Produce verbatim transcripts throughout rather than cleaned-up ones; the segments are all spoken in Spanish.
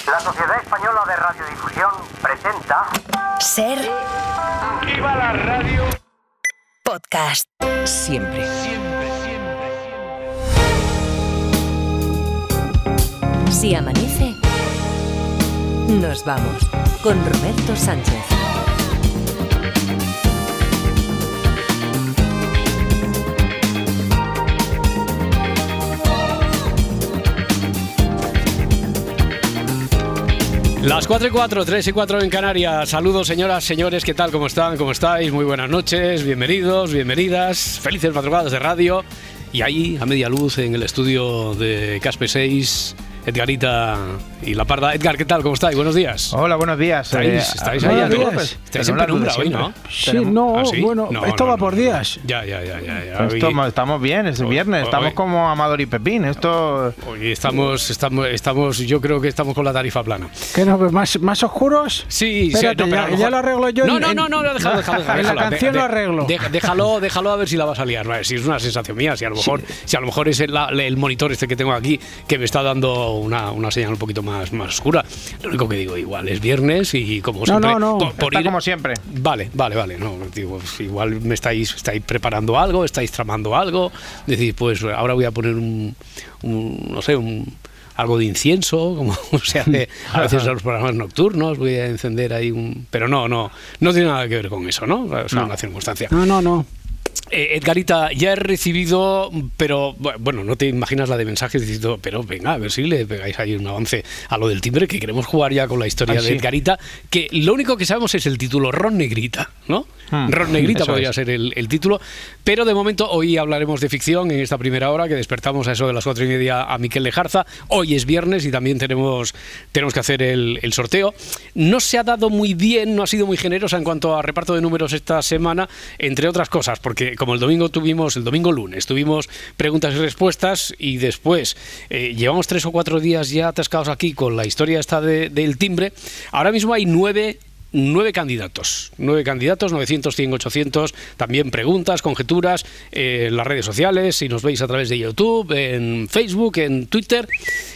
La Sociedad Española de Radiodifusión presenta... Ser... ¡Viva la radio! Podcast. Siempre. Siempre, siempre, siempre. Si amanece, nos vamos con Roberto Sánchez. Las cuatro y cuatro, tres y cuatro en Canarias. Saludos, señoras, señores, ¿qué tal? ¿Cómo están? ¿Cómo estáis? Muy buenas noches, bienvenidos, bienvenidas. Felices madrugadas de radio. Y ahí, a media luz, en el estudio de Caspe seis, Edgarita y La Parda. Edgar, ¿qué tal? ¿Cómo estáis? Buenos días. Hola, buenos días. ¿Estáis, eh, estáis buenos ahí? días. ¿no? Estáis en penumbra hoy, ¿no? Sí, no, ¿Ah, sí? bueno, No, esto no, va no, por no. días. Ya, ya, ya, ya. ya. Esto, Hoy, estamos bien, es hoy, viernes, estamos hoy, como Amador y Pepín. Esto. hoy estamos, estamos, estamos, yo creo que estamos con la tarifa plana. ¿Qué no? ¿Más, más oscuros? Sí, Espérate, sí, no, pero ya, a lo mejor... ya lo arreglo yo. No, en, no, no, no, déjalo, déjalo, déjalo. En la déjalo. canción De- lo de- arreglo. de- déjalo, déjalo a ver si la va a salir. A ver, si es una sensación mía, si a lo mejor, si a lo mejor es el, la- el monitor este que tengo aquí que me está dando una, una señal un poquito más, más oscura. Lo único que digo, igual es viernes y como No, siempre. no, no. por- por Está ir- como siempre. Vale, vale, vale. No, digo, pues igual me estáis, estáis preparando algo, estáis tramando algo. Decís, pues ahora voy a poner un, un no sé, un algo de incienso, como se hace a veces en los programas nocturnos, voy a encender ahí un... Pero no, no, no tiene nada que ver con eso, ¿no? Es No. una circunstancia. No, no, no. Eh, Edgarita, ya he recibido, pero bueno, no te imaginas la de mensajes diciendo, pero venga, a ver si le pegáis ahí un avance a lo del timbre, que queremos jugar ya con la historia Ay, de sí. Edgarita, que lo único que sabemos es el título, Ron Negrita, ¿no? Hmm, Ron Negrita eso podría es. ser el, el título, pero de momento hoy hablaremos de ficción en esta primera hora, que despertamos a eso de las cuatro y media a Miquel Lejarza. Hoy es viernes y también tenemos, tenemos que hacer el, el sorteo. No se ha dado muy bien, no ha sido muy generosa en cuanto a reparto de números esta semana, entre otras cosas, porque como el domingo tuvimos, el domingo lunes, tuvimos preguntas y respuestas y después eh, llevamos tres o cuatro días ya atascados aquí con la historia esta de, del timbre. Ahora mismo hay nueve Nueve candidatos, nueve candidatos, novecientos, cien, ochocientos, también preguntas, conjeturas, eh, en las redes sociales, si nos veis a través de YouTube, en Facebook, en Twitter,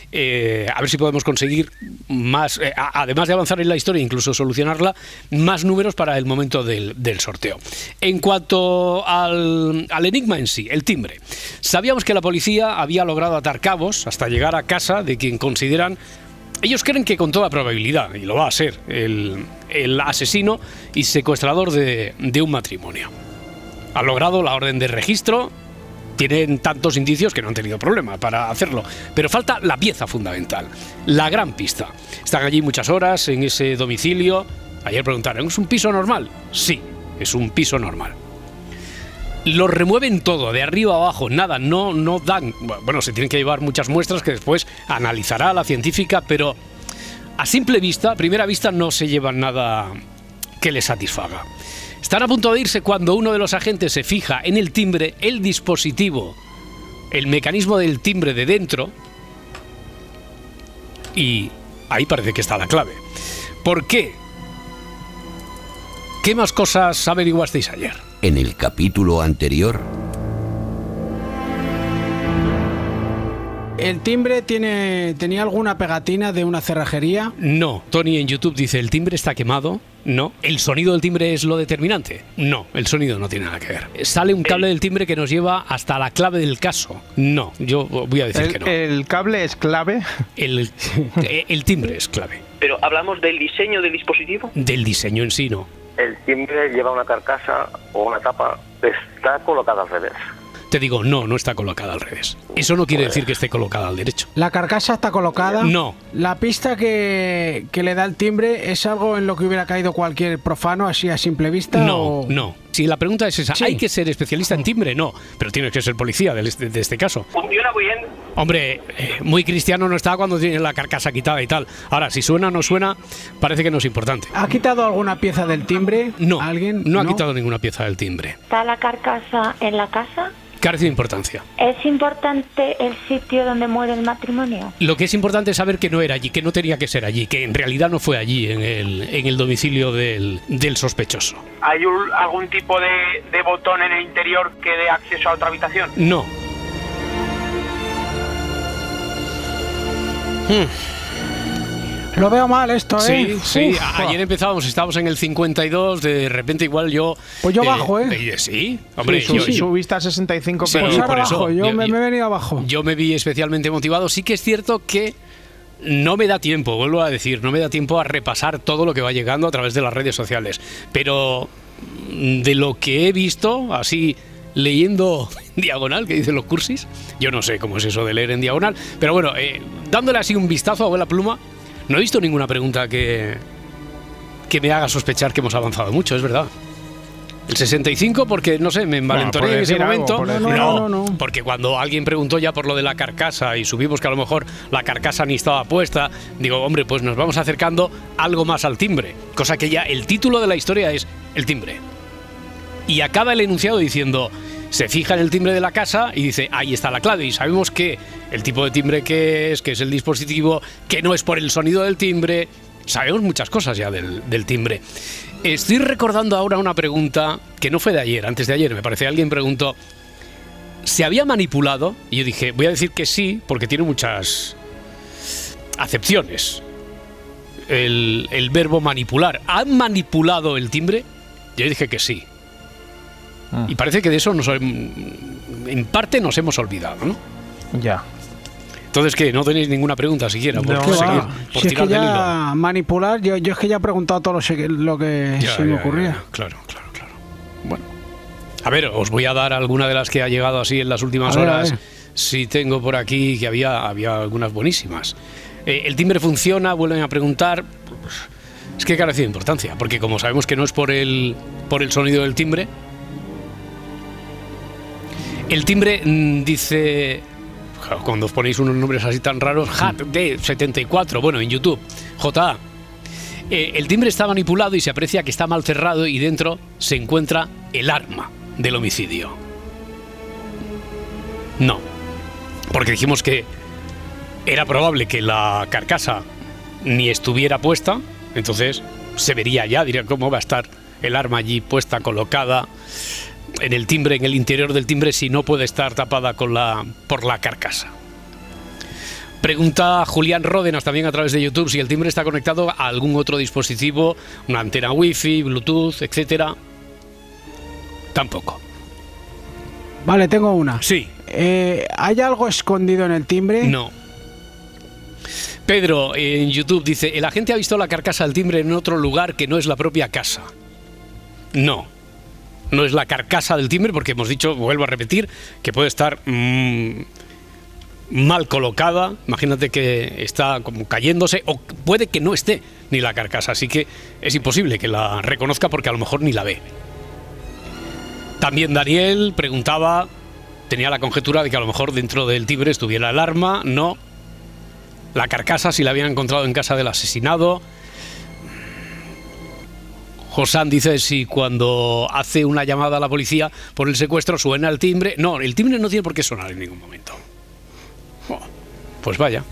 eh, a ver si podemos conseguir más, eh, a- además de avanzar en la historia, incluso solucionarla, más números para el momento del, del sorteo. En cuanto al, al enigma en sí, el timbre, sabíamos que la policía había logrado atar cabos hasta llegar a casa de quien consideran... Ellos creen que con toda probabilidad, y lo va a ser, el, el asesino y secuestrador de, de un matrimonio. Han logrado la orden de registro, tienen tantos indicios que no han tenido problema para hacerlo, pero falta la pieza fundamental, la gran pista. Están allí muchas horas en ese domicilio. Ayer preguntaron, ¿es un piso normal? Sí, es un piso normal. Lo remueven todo, de arriba a abajo, nada, no, no dan... Bueno, se tienen que llevar muchas muestras que después analizará la científica, pero a simple vista, a primera vista, no se llevan nada que les satisfaga. Están a punto de irse cuando uno de los agentes se fija en el timbre, el dispositivo, el mecanismo del timbre de dentro, y ahí parece que está la clave. ¿Por qué? ¿Qué más cosas averiguasteis ayer? En el capítulo anterior, ¿El timbre tiene tenía alguna pegatina de una cerrajería? No. Tony en YouTube dice, ¿el timbre está quemado? No. ¿El sonido del timbre es lo determinante? No, el sonido no tiene nada que ver. ¿Sale un cable del timbre que nos lleva hasta la clave del caso? No, yo voy a decir El, que no. el cable es clave. El, el timbre es clave. Pero hablamos del diseño del dispositivo. Del diseño en sí, no. El timbre lleva una carcasa o una tapa, está colocada al revés. Te digo, no, no está colocada al revés. Eso no quiere decir que esté colocada al derecho. ¿La carcasa está colocada? No. ¿La pista que, que le da el timbre es algo en lo que hubiera caído cualquier profano así a simple vista? No, o... no. Si la pregunta es esa, Sí. ¿hay que ser especialista en timbre? No, pero tienes que ser policía de este, de este caso. Funciona muy bien. Hombre, eh, muy cristiano no está cuando tiene la carcasa quitada y tal. Ahora, si suena o no suena, parece que no es importante. ¿Ha quitado alguna pieza del timbre? No, ¿Alguien? no ha quitado ninguna pieza del timbre. ¿Está la carcasa en la casa? Carece de importancia. ¿Es importante el sitio donde muere el matrimonio? Lo que es importante es saber que no era allí, que no tenía que ser allí, que en realidad no fue allí, en el, en el domicilio del, del sospechoso. ¿Hay un- algún tipo de, de botón en el interior que dé acceso a otra habitación? No. Hmm. Lo veo mal esto, ¿eh? Sí, sí. Uf. Ayer empezábamos, estábamos en el cincuenta y dos, de repente igual yo... Pues yo bajo, ¿eh? eh sí, hombre. Sí, yo, sí, yo- subiste a sesenta y cinco, Sí, pero Pues ahora por eso, bajo, yo, yo- me, yo- me he venido abajo. Yo me vi especialmente motivado. Sí que es cierto que no me da tiempo, vuelvo a decir, no me da tiempo a repasar todo lo que va llegando a través de las redes sociales. Pero mm, de lo que he visto, así leyendo en diagonal, que dicen los cursis, yo no sé cómo es eso de leer en diagonal, pero bueno, eh, dándole así un vistazo a vuela pluma, no he visto ninguna pregunta que, que me haga sospechar que hemos avanzado mucho, es verdad. El sesenta y cinco porque, no sé, me envalentoné por en ese decir algo, momento. por decir No, algo. no, no, no. Porque cuando alguien preguntó ya por lo de la carcasa y subimos que a lo mejor la carcasa ni estaba puesta, digo, hombre, pues nos vamos acercando algo más al timbre. Cosa que ya el título de la historia es el timbre. Y acaba el enunciado diciendo, se fija en el timbre de la casa y dice, ahí está la clave. Y sabemos que el tipo de timbre que es, que es el dispositivo, que no es por el sonido del timbre. Sabemos muchas cosas ya del, del timbre. Estoy recordando ahora una pregunta que no fue de ayer, antes de ayer, me parece. Alguien preguntó, ¿se había manipulado? Y yo dije, voy a decir que sí, porque tiene muchas acepciones. El, el verbo manipular. ¿Han manipulado el timbre? Yo dije que sí. Ah. Y parece que de eso nos, en parte nos hemos olvidado, ¿no? Ya. Entonces, ¿qué? ¿No tenéis ninguna pregunta siquiera? Por No, ¿Qué seguir, va? por Si es tirar que del hilo. ya manipular, yo, yo es que ya he preguntado todo lo, se- lo que Ya, se me ya, ocurría. ya, claro, claro, claro. Bueno. A ver, os voy a dar alguna de las que ha llegado así en las últimas A ver, a horas. ver. Sí tengo por aquí que había, había algunas buenísimas. Eh, ¿El timbre funciona? Vuelven a preguntar. Es que carece de importancia, porque como sabemos que no es por el, por el sonido del timbre. El timbre mm, dice... Claro, cuando os ponéis unos nombres así tan raros, H A T D setenta y cuatro, bueno, en YouTube, J A. Eh, el timbre está manipulado y se aprecia que está mal cerrado y dentro se encuentra el arma del homicidio. No, porque dijimos que era probable que la carcasa ni estuviera puesta, entonces se vería ya, diría, cómo va a estar el arma allí puesta, colocada en el timbre, en el interior del timbre, si no puede estar tapada con la, por la carcasa. Pregunta Julián Ródenas también a través de YouTube si el timbre está conectado a algún otro dispositivo, una antena wifi, Bluetooth, etcétera. Tampoco. Vale, tengo una. Sí. Eh, ¿Hay algo escondido en el timbre? No. Pedro en YouTube dice, el agente ha visto la carcasa del timbre en otro lugar que no es la propia casa. No. No es la carcasa del timbre porque hemos dicho, vuelvo a repetir, que puede estar mmm, mal colocada. Imagínate que está como cayéndose o puede que no esté ni la carcasa. Así que es imposible que la reconozca porque a lo mejor ni la ve. También Daniel preguntaba, tenía la conjetura de que a lo mejor dentro del timbre estuviera el arma. No. La carcasa si la habían encontrado en casa del asesinado. Josán dice si cuando hace una llamada a la policía por el secuestro suena el timbre. No, el timbre no tiene por qué sonar en ningún momento. Oh, pues vaya.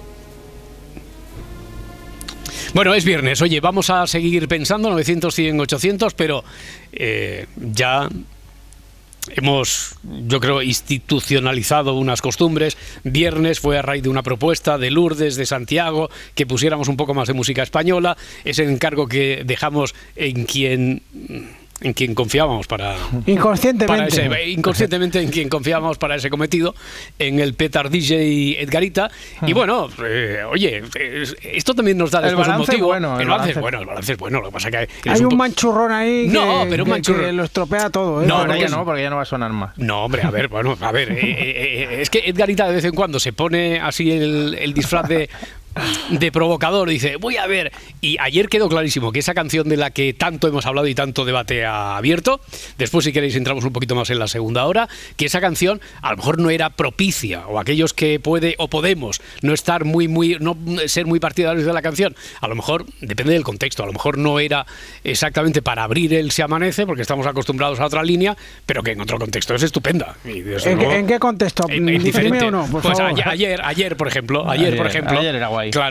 Bueno, es viernes. Oye, vamos a seguir pensando, novecientos, cien, ochocientos, pero eh, ya hemos, yo creo, institucionalizado unas costumbres. Viernes fue a raíz de una propuesta de Lourdes, de Santiago, que pusiéramos un poco más de música española. Ese encargo que dejamos en quien... en quien confiábamos para... Inconscientemente. Para ese, inconscientemente en quien confiábamos para ese cometido, en el Petar D J Edgarita. Y bueno, eh, oye, eh, esto también nos da El después un balance motivo. bueno, el el balance es balance. bueno, el balance es bueno. Lo que pasa es que... Hay un po- manchurrón ahí que, No, pero un que- manchurrón- que lo estropea todo, ¿eh? No, Ahora no, ya es- no, porque ya no va a sonar más. No, hombre, a ver, bueno, a ver, eh, eh, eh, es que Edgarita de vez en cuando se pone así el, el disfraz de, de provocador, dice, voy a ver, y ayer quedó clarísimo que esa canción de la que tanto hemos hablado y tanto debate ha abierto, después si queréis entramos un poquito más en la segunda hora, que esa canción a lo mejor no era propicia, o aquellos que puede o podemos no estar muy, muy, no ser muy partidarios de la canción, a lo mejor depende del contexto, a lo mejor no era exactamente para abrir el Se Amanece, porque estamos acostumbrados a otra línea, pero que en otro contexto es estupenda. Y desde ¿En, qué- luego, en qué contexto? en- en Dime diferente. o no, por pues favor. ayer, ayer, ayer, por ejemplo, ayer, Ayer, por ejemplo, ayer era guay. claro,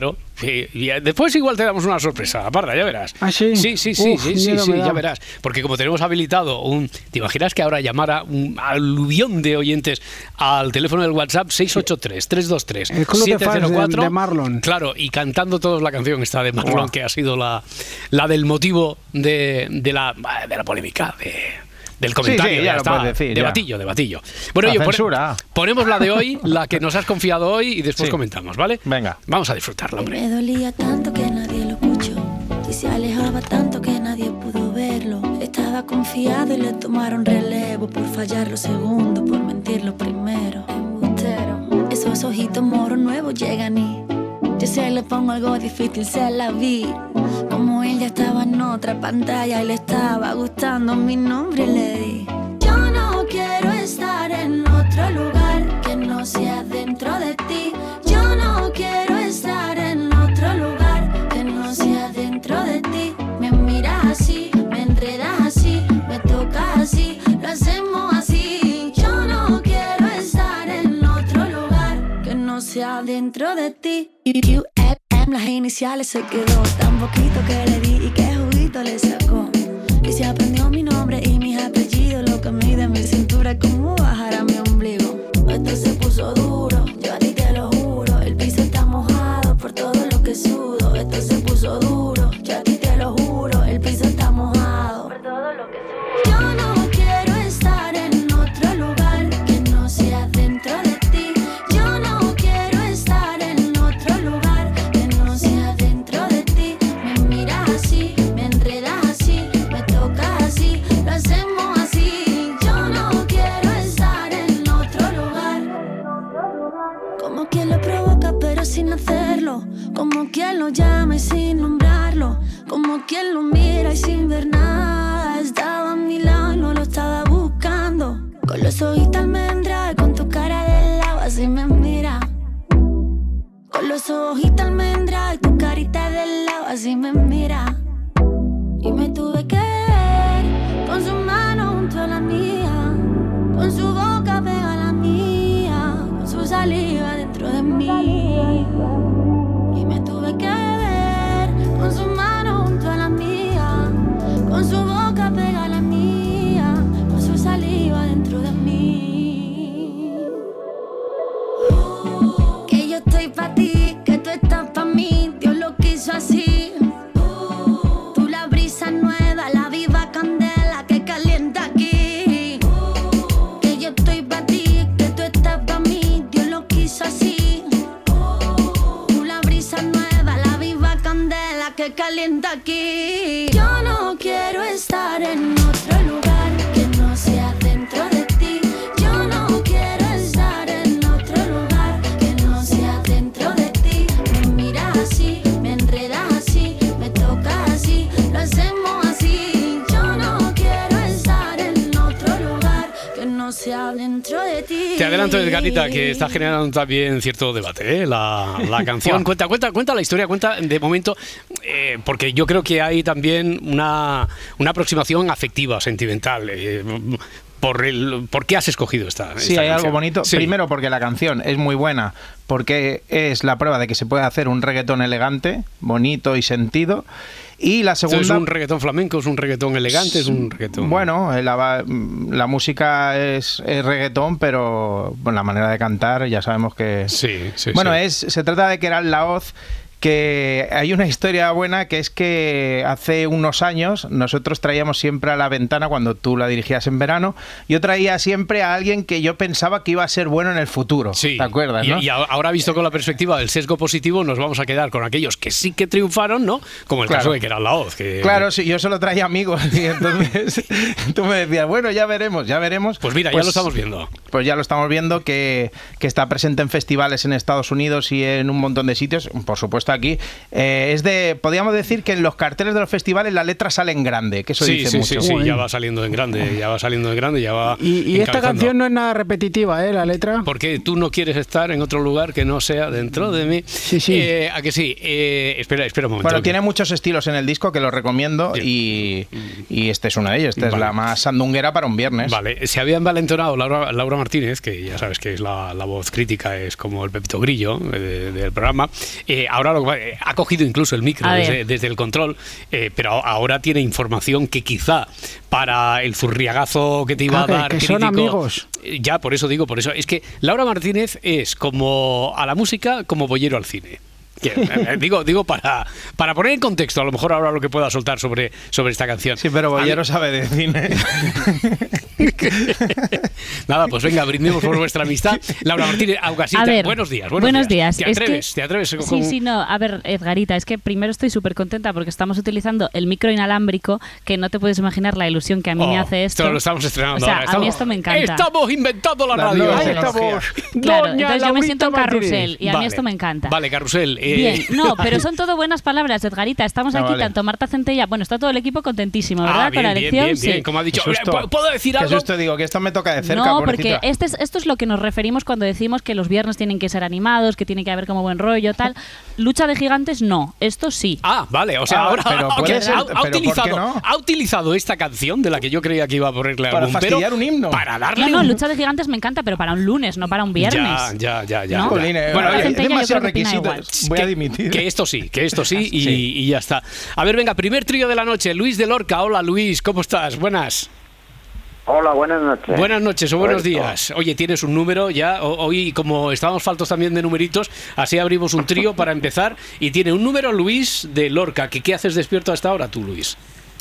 Sí, y después igual te damos una sorpresa, Parda, ya verás. ¿Ah, sí? Sí, sí, sí, Uf, sí, sí, miedo sí, me da. ya verás. Porque como tenemos habilitado un... ¿Te imaginas que ahora llamara un aluvión de oyentes al teléfono del WhatsApp seis ocho tres, tres dos tres, El club de siete cero fans cuatro? de, de Marlon. Claro, y cantando todos la canción esta de Marlon, Buah. que ha sido la, la del motivo de, de, la, de la polémica, de... del comentario, Sí, sí, ya lo está, puedes decir, de ya. batillo, de batillo. Bueno, La oye, pone- censura. ponemos la de hoy, la que nos has confiado hoy y después Sí. comentamos, ¿vale? Venga. Vamos a disfrutarla, hombre. Me dolía tanto que nadie lo escuchó y se alejaba tanto que nadie pudo verlo. Estaba confiado y le tomaron relevo por fallar lo segundo, por mentir lo primero. Embustero. Esos ojitos moros nuevos llegan y yo se le pongo algo difícil, se la vi. Como él ya estaba en otra pantalla y le estaba gustando mi nombre y le di. Yo no quiero estar en otro lugar que no sea dentro de ti. Yo no quiero estar en otro lugar que no sea dentro de ti. Me miras así, me enredas así, me tocas así, lo hacemos así. Yo no quiero estar en otro lugar que no sea dentro de ti. U L M, las iniciales se quedó tan poquito que le di y qué juguito le sacó. Y se aprendió mi nombre y mis apellidos, lo que mide mi cintura, cómo bajar a mi ombligo. Esto se puso duro, yo a ti te lo juro. El piso está mojado por todo lo que sudo. Esto se puso duro, yo a ti te lo juro. El piso está mojado por todo lo que sudo. Yo no quiero estar en otro lugar que no sea dentro de ti. Yo no quiero estar en otro lugar que no sea dentro de ti. Me miras así, me enredas así, me tocas así, lo hacemos así. Yo no quiero estar en otro lugar. Como quien lo provoca pero sin hacerlo. Como quien lo llama y sin nombrarlo. Como quien lo mira y sin ver nada. Estaba a mi lado y no lo estaba buscando. Con los ojitos almendra y con tu cara de lado así me mira. Con los ojitos almendra y tu carita de lado así me mira. Y me tuve que ver con su mano junto a la mía, con su boca pega a la mía, con su saliva dentro de mí. Y me tuve que ver con su mano junto a la mía, con su boca pega a la mía, con su saliva dentro de mí. Que yo estoy pa' ti, que tú estás pa' mí, Dios lo quiso así. Tú la brisa nueva, la viva candela que calienta aquí. Que yo estoy pa' ti, que tú estás pa' mí, Dios lo quiso así. Tú la brisa nueva, la viva candela que calienta aquí. Yo no quiero estar en otro lugar que no sea dentro de ti. Yo no quiero estar en otro lugar que no sea dentro de ti. Me miras así, me enredas así, me tocas así, lo hacemos así. Yo no quiero estar en otro lugar que no sea dentro de ti. Te adelanto, Edgarita, que está generando también cierto debate, ¿eh? La, la canción. Cuenta, cuenta, cuenta la historia, cuenta de momento, eh, porque yo creo que hay también una, una aproximación afectiva, sentimental. Eh, por, el, ¿Por qué has escogido esta, Sí, esta hay canción? algo bonito. Sí. Primero porque la canción es muy buena, porque es la prueba de que se puede hacer un reggaetón elegante, bonito y sentido. Y la segunda... ¿Es un reggaetón flamenco, es un reggaetón elegante, es un reggaetón...? Bueno, eh, la, la música es, es reggaetón, pero bueno, la manera de cantar ya sabemos que... Sí, sí, Bueno, sí. es se trata de Keral Laoz, que hay una historia buena, que es que hace unos años nosotros traíamos siempre a La Ventana, cuando tú la dirigías en verano, yo traía siempre a alguien que yo pensaba que iba a ser bueno en el futuro. Sí. ¿Te acuerdas, Y, no? y ahora, visto con la perspectiva del sesgo positivo, nos vamos a quedar con aquellos que sí que triunfaron, ¿no? Como el Claro. caso de Keral Laoz. Que, Claro, sí, yo solo traía amigos y entonces tú me decías, bueno, ya veremos, ya veremos. Pues mira, ya lo estamos viendo. Pues ya lo estamos viendo, que, que está presente en festivales en Estados Unidos y en un montón de sitios, por supuesto aquí. Eh, es de, podríamos decir que en los carteles de los festivales la letra sale en grande, que eso Sí, dice sí, mucho. sí, sí, ya va saliendo en grande, ya va saliendo en grande, ya va Y, y esta encabezando. canción no es nada repetitiva, ¿eh? La letra. Porque tú no quieres estar en otro lugar que no sea dentro de mí. Sí, sí. Eh, ¿A que sí? Eh, espera, espera un momento. Bueno, que- tiene muchos estilos en el disco que los recomiendo y, y este es uno de ellos. Esta es Vale. la más sandunguera para un viernes. Vale, se había envalentonado Laura, Laura Martínez, que ya sabes que es la, la voz crítica, es como el Pepito Grillo de, de, del programa, eh, ahora lo, eh, ha cogido incluso el micro desde, desde el control, eh, pero ahora tiene información que quizá para el zurriagazo que te iba ah, a dar que, que crítico, son amigos. Ya, por eso digo, por eso. Es que Laura Martínez es como a la música, como Bollero al cine. Que, eh, digo, digo para, para poner en contexto, a lo mejor ahora lo que pueda soltar sobre, sobre esta canción. Sí, pero Bollero mí... sabe de cine. Nada, pues venga, brindemos por vuestra amistad. Laura Martínez, Augasita, ver, buenos días. Buenos, buenos días. días. ¿Te atreves? Es que, ¿Te atreves? Con... Sí, sí, no. A ver, Edgarita, es que primero estoy súper contenta porque estamos utilizando el micro inalámbrico, que no te puedes imaginar la ilusión que a mí oh, me hace esto. Esto lo estamos estrenando o sea, ahora. Estamos, a mí esto me encanta. Estamos inventando la radio. La Ahí estamos. Claro, entonces yo me siento en carrusel y a vale. mí esto me encanta. Vale, carrusel. Eh... Bien, no, pero son todo buenas palabras, Edgarita. Estamos no, aquí, vale. tanto Marta Centella, bueno, está todo el equipo contentísimo, ¿verdad? Ah, bien, Con la elección, bien, bien, bien. sí. Como ha dicho, ¿puedo decir algo? Que susto, digo, que esto me toca de cerca, No, pobrecita. porque este es, esto es lo que nos referimos cuando decimos que los viernes tienen que ser animados, que tiene que haber como buen rollo, tal. Lucha de gigantes, no. Esto sí. Ah, vale. O sea, ah, ahora pero okay, ser, ha, ha, pero utilizado, no? ha utilizado esta canción de la que yo creía que iba a ponerle para algún fastidiar pero un himno. Para darle No, no, un... Lucha de gigantes me encanta, pero para un lunes, no para un viernes. Ya, ya, ya. ya, ¿no? ya. Colín, eh, bueno, hay Centella, demasiados requisitos. Voy que, a dimitir. Que esto sí, que esto sí y, sí y ya está. A ver, venga, primer trío de la noche. Luis de Lorca. Hola, Luis, ¿cómo estás? Buenas. Hola, buenas noches. Buenas noches o buenos días. Oye, ¿tienes un número ya? Hoy, como estábamos faltos también de numeritos, así abrimos un trío para empezar. Y tiene un número Luis de Lorca. ¿Qué, qué haces despierto hasta ahora tú, Luis?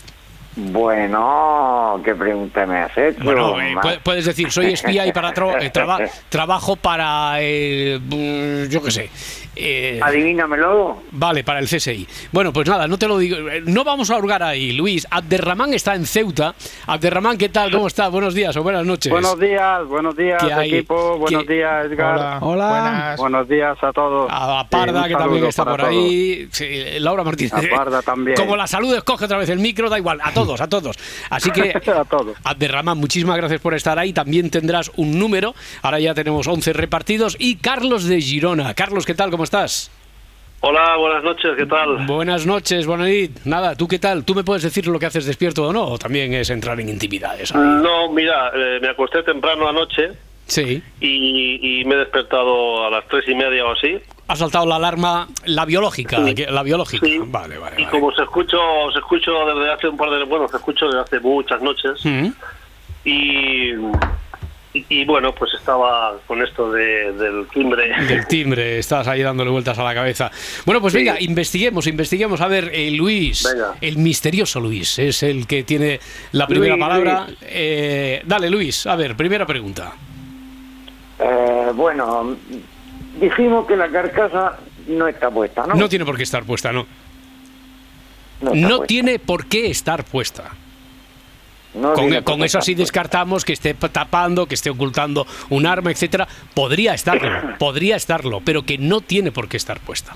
Bueno, ¿qué pregunta me has hecho? Bueno, eh, puedes decir, soy espía y para tra- eh, traba- trabajo para, eh, yo qué sé. Eh, Adivínamelo. Vale, para el C S I. Bueno, pues nada, no te lo digo. No vamos a hurgar ahí, Luis. Abderramán está en Ceuta. Abderramán, ¿qué tal? ¿Cómo estás? Buenos días o buenas noches. Buenos días, buenos días, equipo. Buenos ¿Qué? días, Edgar. Hola. Hola. Buenas. Buenos días a todos. A Parda, sí, que también está por todos. ahí. Sí, Laura Martínez. A Parda también. Como la salud escoge otra vez el micro, da igual. A todos, a todos. Así que, a todos. Abderramán, muchísimas gracias por estar ahí. También tendrás un número. Ahora ya tenemos once repartidos. Y Carlos de Girona. Carlos, ¿qué tal? ¿Cómo estás? Hola, buenas noches, ¿qué tal? Buenas noches, Bonadit. Nada, ¿tú qué tal? ¿Tú me puedes decir lo que haces despierto o no? ¿O también es entrar en intimidades? No, mira, eh, me acosté temprano anoche. Sí. Y, y me he despertado a las tres y media o así. Ha saltado la alarma, la biológica, sí. la biológica. Sí. Vale, vale, Y vale. como se escucho, se escucho desde hace un par de, bueno, se escucho desde hace muchas noches. ¿Mm? Y, y, y bueno, pues estaba con esto de, del timbre. Del timbre, estabas ahí dándole vueltas a la cabeza. Bueno, pues sí. venga, investiguemos, investiguemos. A ver, eh, Luis, venga. El misterioso Luis, es el que tiene la primera Luis, palabra. Luis. Eh, dale, Luis, a ver, primera pregunta. Eh, bueno, dijimos que la carcasa no está puesta, ¿no? No tiene por qué estar puesta, no. No, no puesta. tiene por qué estar puesta. No con tiene con por eso qué así estar descartamos que esté tapando, que esté ocultando un arma, etcétera. Podría estarlo, podría estarlo, pero que no tiene por qué estar puesta.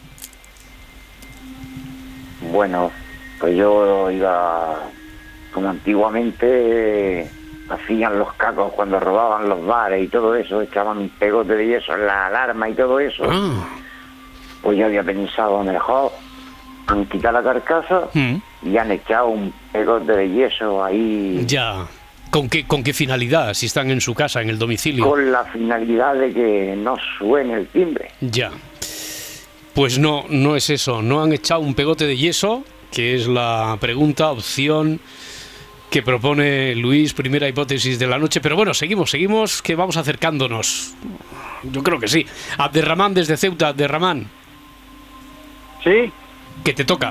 Bueno, pues yo iba como antiguamente hacían los cacos cuando robaban los bares y todo eso, echaban un pegote de yeso en la alarma y todo eso. Ah. Pues yo había pensado mejor han quitado la carcasa Mm. y han echado un pegote de yeso ahí. Ya. ¿Con qué, ¿Con qué finalidad? Si están en su casa, en el domicilio. Con la finalidad de que no suene el timbre. Ya. Pues no, no es eso. No han echado un pegote de yeso, que es la pregunta, opción que propone Luis, primera hipótesis de la noche. Pero bueno, seguimos, seguimos, que vamos acercándonos. Yo creo que sí. Abderramán desde Ceuta. Abderramán, Sí, que te toca.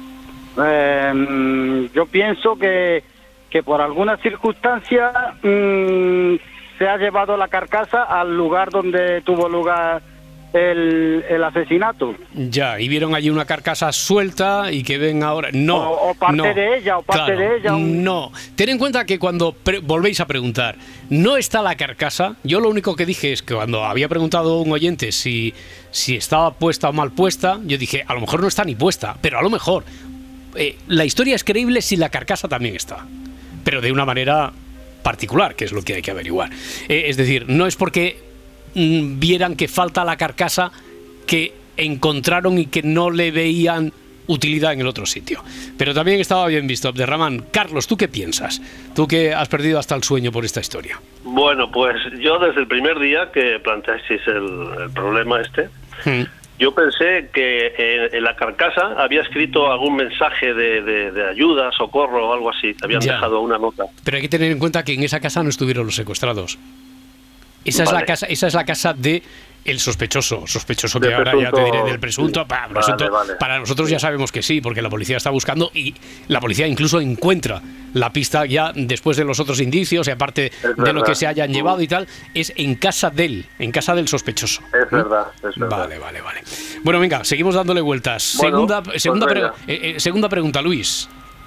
eh, yo pienso que, que por alguna circunstancia mmm, se ha llevado la carcasa al lugar donde tuvo lugar el, el asesinato. Ya, y vieron allí una carcasa suelta y que ven ahora... No, O, o parte no, de ella, o parte claro, de ella. Un... No, ten en cuenta que cuando pre- volvéis a preguntar, no está la carcasa. Yo lo único que dije es que cuando había preguntado a un oyente si, si estaba puesta o mal puesta, yo dije, a lo mejor no está ni puesta, pero a lo mejor eh, la historia es creíble si la carcasa también está, pero de una manera particular, que es lo que hay que averiguar. Eh, es decir, no es porque vieran que falta la carcasa que encontraron y que no le veían utilidad en el otro sitio. Pero también estaba bien visto, Abderramán. Carlos, ¿tú qué piensas? Tú que has perdido hasta el sueño por esta historia. Bueno, pues yo desde el primer día que planteasteis el, el problema este, hmm. yo pensé que en, en la carcasa había escrito algún mensaje de, de, de ayuda, socorro o algo así. Habían ya. dejado una nota. Pero hay que tener en cuenta que en esa casa no estuvieron los secuestrados. Esa vale. es la casa, esa es la casa de el sospechoso, sospechoso que ahora presunto, ya te diré del presunto, sí. para, presunto vale, vale. para nosotros ya sabemos que sí, porque la policía está buscando y la policía incluso encuentra la pista ya después de los otros indicios y aparte es de verdad. lo que se hayan llevado y tal, es en casa de él, en casa del sospechoso. Es verdad, es verdad. Vale, vale, vale. Bueno, venga, seguimos dándole vueltas. Bueno, segunda, pues segunda, pre eh, eh, segunda pregunta, Luis.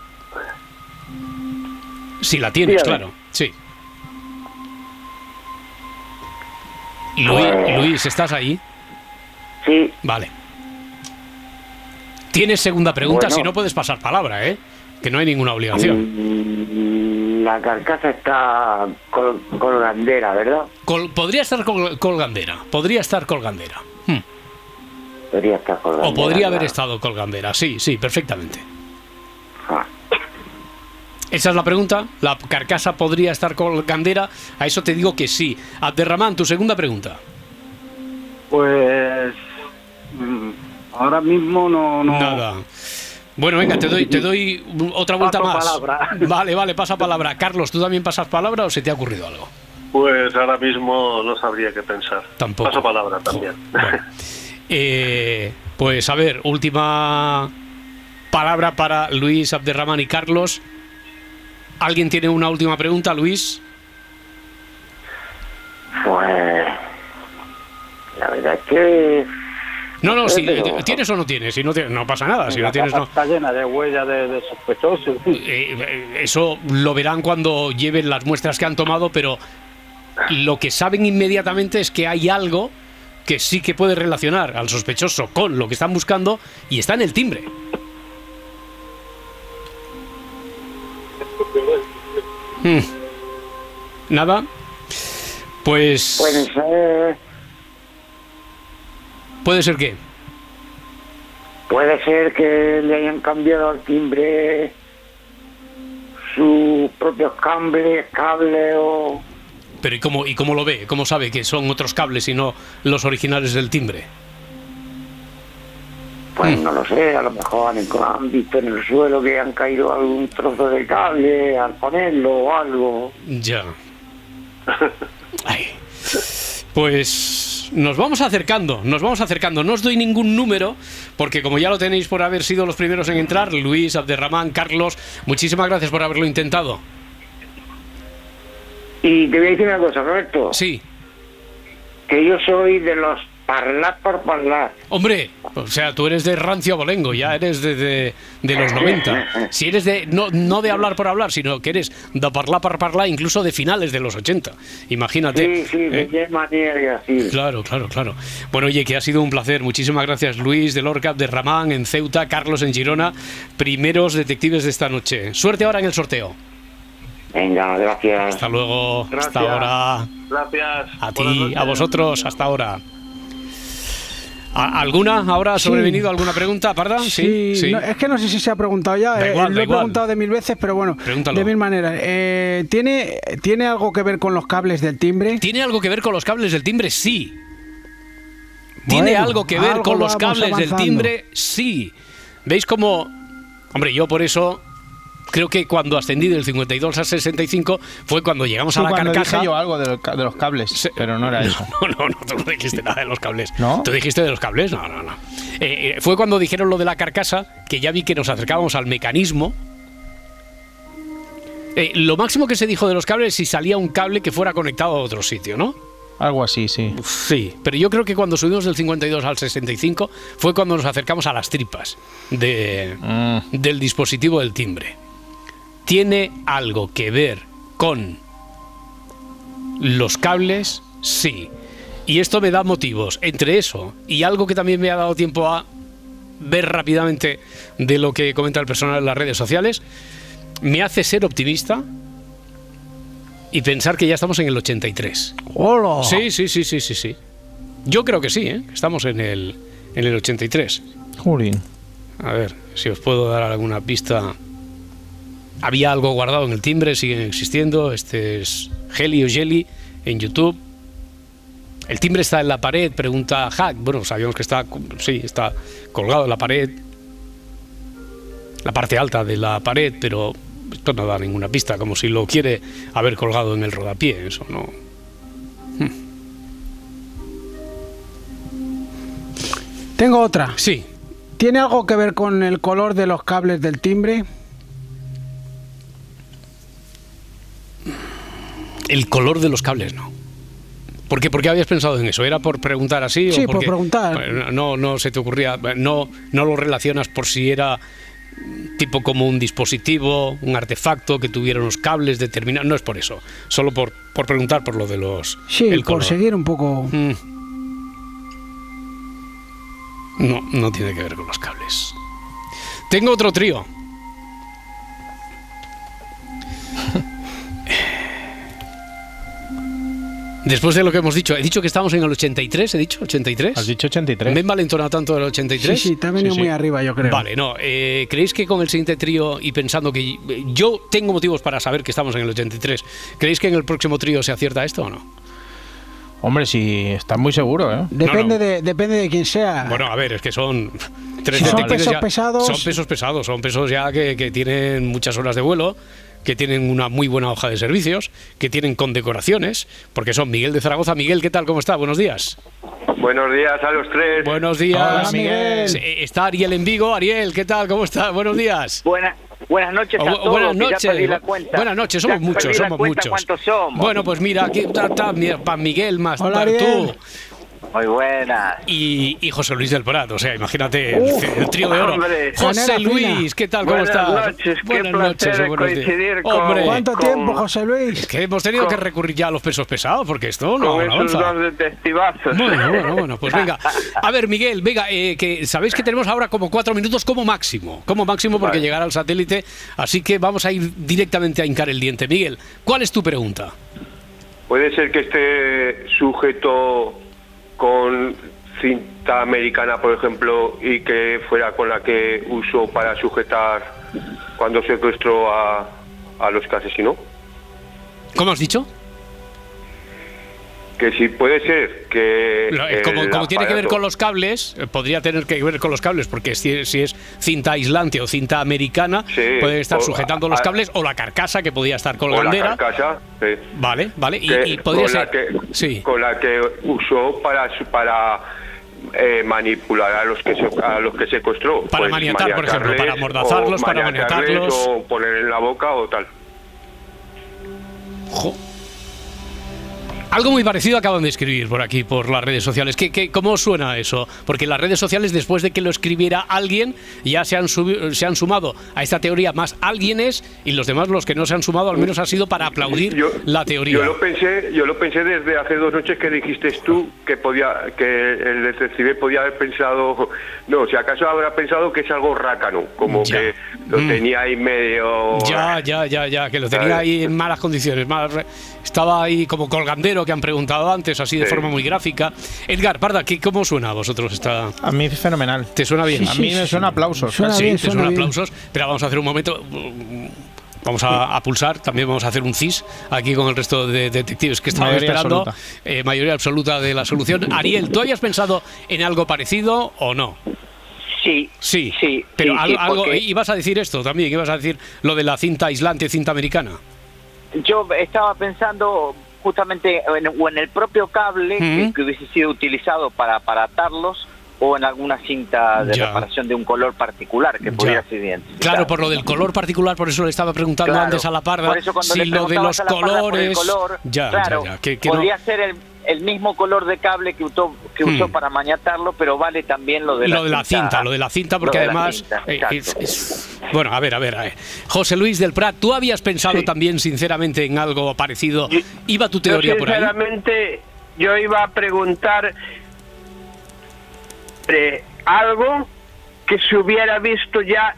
Si la tienes, sí, claro, sí. Luis, Luis, ¿estás ahí? Sí. Vale. Tienes segunda pregunta, bueno. si no puedes pasar palabra, ¿eh? Que no hay ninguna obligación. La carcasa está col colgandera, ¿verdad? Col podría estar col colgandera, podría estar colgandera. Hmm. Podría estar colgandera. O podría haber claro. estado colgandera, sí, sí, perfectamente. Ah. Esa es la pregunta. ¿La carcasa podría estar colgandera? A eso te digo que sí. Abderramán, tu segunda pregunta. Pues ahora mismo no, no... Nada. Bueno, venga, te doy, te doy otra vuelta Paso más. Palabra. Vale, vale, pasa palabra. Carlos, ¿tú también pasas palabra o se te ha ocurrido algo? Pues ahora mismo no sabría qué pensar. Tampoco. Paso palabra también. Bueno. Eh, pues a ver, última palabra para Luis, Abderramán y Carlos. ¿Alguien tiene una última pregunta, Luis? Pues la verdad es que no, no, si pero... tienes o no tienes, si no tienes, no pasa nada, si la no tienes no. Está llena de huellas de, de sospechosos. Eh, eso lo verán cuando lleven las muestras que han tomado, pero lo que saben inmediatamente es que hay algo que sí que puede relacionar al sospechoso con lo que están buscando y está en el timbre. Hmm. Nada. Pues puede ser. ¿Puede ser qué? Puede ser que le hayan cambiado al timbre sus propios cables, cables o... Pero ¿y cómo, ¿y cómo lo ve? ¿Cómo sabe que son otros cables y no los originales del timbre? Pues no lo sé, a lo mejor han, han visto en el suelo que han caído algún trozo de cable al ponerlo o algo. Ya. Ay. Pues nos vamos acercando, nos vamos acercando. No os doy ningún número, porque como ya lo tenéis por haber sido los primeros en entrar, Luis, Abderramán, Carlos, muchísimas gracias por haberlo intentado. Y te voy a decir una cosa, Roberto. Sí. Que yo soy de los parlar por parlar. Hombre, o sea, tú eres de rancio abolengo, ya eres de, de, de los noventa. Si eres de, no, no de hablar por hablar, sino que eres de parlar por parlar, incluso de finales de los ochenta. Imagínate. Sí, sí, de qué manera, sí. Claro, claro, claro. Bueno, oye, que ha sido un placer. Muchísimas gracias, Luis de Lorca, Abderramán en Ceuta, Carlos en Girona, primeros detectives de esta noche. Suerte ahora en el sorteo. Venga, gracias. Hasta luego. Gracias. Hasta ahora. Gracias. A ti, a vosotros, hasta ahora. ¿Alguna ahora ha sobrevenido sí. alguna pregunta, Parda? Sí, sí. sí. No, es que no sé si se ha preguntado ya, da igual, eh, lo da he igual. preguntado de mil veces, pero bueno, Pregúntalo. de mil maneras. Eh, ¿tiene, ¿Tiene algo que ver con los cables del timbre? ¿Tiene algo que ver con los cables del timbre? Sí. ¿Tiene bueno, algo que ver algo con los cables avanzando. del timbre? Sí. ¿Veis cómo? Hombre, yo por eso... Creo que cuando ascendí del cincuenta y dos al sesenta y cinco fue cuando llegamos sí, a la cuando carcasa. Dije yo algo de los, de los cables, sí. pero no era no, eso. No, no, no, tú no dijiste nada de los cables. ¿No? ¿Tú dijiste de los cables? No, no, no. Eh, eh, fue cuando dijeron lo de la carcasa, que ya vi que nos acercábamos al mecanismo. Eh, lo máximo que se dijo de los cables es si salía un cable que fuera conectado a otro sitio, ¿no? Algo así, sí. Sí, pero yo creo que cuando subimos del cincuenta y dos al sesenta y cinco fue cuando nos acercamos a las tripas de, mm. del dispositivo del timbre. ¿Tiene algo que ver con los cables? Sí. Y esto me da motivos. Entre eso y algo que también me ha dado tiempo a ver rápidamente de lo que comenta el personal en las redes sociales, me hace ser optimista y pensar que ya estamos en el ochenta y tres. ¡Hola! Sí, sí, sí, sí, sí, sí. Yo creo que sí, ¿eh? Estamos en el, en el ochenta y tres. Jurín. A ver, si os puedo dar alguna pista. Había algo guardado en el timbre, siguen existiendo. Este es Heli o Jelly en YouTube. El timbre está en la pared, pregunta Hack. Bueno, sabíamos que está, sí, está colgado en la pared. La parte alta de la pared, pero esto no da ninguna pista, como si lo quiere haber colgado en el rodapié. Eso no. Tengo otra. Sí. ¿Tiene algo que ver con el color de los cables del timbre? El color de los cables, no. ¿Por qué? ¿Por qué habías pensado en eso? ¿Era por preguntar así? Sí, o porque, por preguntar. No, no se te ocurría, no, no lo relacionas por si era tipo como un dispositivo, un artefacto que tuviera unos cables determinados. No es por eso, solo por, por preguntar por lo de los... Sí, el por color. Seguir un poco... Mm. No, no tiene que ver con los cables. Tengo otro trío. Después de lo que hemos dicho, he dicho que estamos en el ochenta y tres, ¿he dicho ochenta y tres? Has dicho ochenta y tres. ¿Me he envalentonado tanto del ochenta y tres? Sí, sí, te ha venido sí, muy sí. arriba, yo creo. Vale, no, eh, ¿creéis que con el siguiente trío y pensando que yo tengo motivos para saber que estamos en el ochenta y tres, ¿creéis que en el próximo trío se acierta esto o no? Hombre, sí, estás muy seguro, ¿eh? Depende, no, no. De, depende de quién sea. Bueno, a ver, es que son tres son detectives pesos ya, pesados. Son pesos pesados, son pesos ya que, que tienen muchas horas de vuelo, que tienen una muy buena hoja de servicios, que tienen condecoraciones, porque son Miguel de Zaragoza. Miguel, ¿qué tal? ¿Cómo está? Buenos días. Buenos días a los tres. Buenos días. Hola, Miguel. Está Ariel en Vigo. Ariel, ¿qué tal? ¿Cómo está? Buenos días. Buenas. Buenas noches a oh, todos. Buenas noches. Ya perdí la cuenta. Buenas noches, somos ya muchos, perdí somos la cuenta muchos. ¿Cuántos somos? Bueno, pues mira, aquí está, está para Miguel más Hola, tú. Muy buenas. Y, y José Luis del Prat, o sea, imagínate el, el trío de oro. Hombre, José Luis, ¿qué tal? ¿Cómo buenas estás? Noches, buenas qué noches, placer buenos coincidir días. con, Hombre, ¿Cuánto con, tiempo, José Luis? Es que hemos tenido con, que recurrir ya a los pesos pesados, porque esto no, con no esos avanza. dos detectivazos. Bueno, bueno, bueno, pues venga. A ver, Miguel, venga, eh, que sabéis que tenemos ahora como cuatro minutos como máximo, como máximo porque vale. llegará al satélite, así que vamos a ir directamente a hincar el diente. Miguel, ¿cuál es tu pregunta? Puede ser que esté sujeto con cinta americana, por ejemplo, y que fuera con la que usó para sujetar cuando secuestró a, a los que asesinó. ¿Cómo has dicho? Que si puede ser que... Lo, eh, como, como tiene que ver aparato... con los cables, eh, podría tener que ver con los cables, porque si, si es cinta aislante o cinta americana, sí, pueden estar o, sujetando los a, cables, o la carcasa, que podía estar colgandera. O la carcasa, sí. Vale, vale, y, que, y podría con ser... La que, sí. Con la que usó para... para Eh, manipular a los que se, a los que secuestró, para pues, maniatar, por ejemplo, para amordazarlos, o para maniatarlos o poner en la boca o tal. Jo. Algo muy parecido acaban de escribir por aquí, por las redes sociales. ¿Qué, qué, ¿Cómo suena eso? Porque en las redes sociales, después de que lo escribiera alguien, ya se han, subi- se han sumado a esta teoría más alguienes, y los demás, los que no se han sumado, al menos ha sido para aplaudir yo, la teoría. Yo lo pensé, yo lo pensé desde hace dos noches que dijiste tú que podía, que el detective podía haber pensado, no, si acaso habrá pensado que es algo rácano, como ya. que lo mm. tenía ahí medio... Ya, ya, ya, ya, que lo tenía ahí en malas condiciones, mal, estaba ahí como colgandero, que han preguntado antes, así de sí. forma muy gráfica. Edgar, Parda, ¿qué, ¿cómo suena a vosotros esta...? A mí es fenomenal. ¿Te suena bien? Sí, a mí sí, me suena aplausos. Suena sí, bien, te suena suena bien. aplausos, pero vamos a hacer un momento... Vamos a, a pulsar, también vamos a hacer un C I S aquí con el resto de detectives que estaban mayoría esperando. Absoluta. Eh, mayoría absoluta de la solución. Ariel, ¿tú habías pensado en algo parecido o no? Sí, sí, sí. Pero sí, algo, sí, algo porque... ibas a decir esto también, ibas a decir lo de la cinta aislante, cinta americana. Yo estaba pensando justamente en, o en el propio cable ¿Mm? que, que hubiese sido utilizado para, para atarlos, o en alguna cinta de ya. reparación de un color particular que pudiera ser identificado. Claro, por lo del color particular, por eso le estaba preguntando claro, antes a la Parda si lo de los colores... Color, ya, claro, ya, ya. Que, que podría no... ser el, el mismo color de cable que usó, que usó hmm. para maniatarlo, pero vale también lo de la, lo de la cinta, cinta. Lo de la cinta, porque además... Cinta, eh, es, es... Bueno, a ver, a ver, a ver. José Luis del Prat, ¿tú habías pensado sí. también, sinceramente, en algo parecido? Yo, ¿Iba tu teoría por ahí? Sinceramente, yo iba a preguntar... Eh, algo que se hubiera visto ya.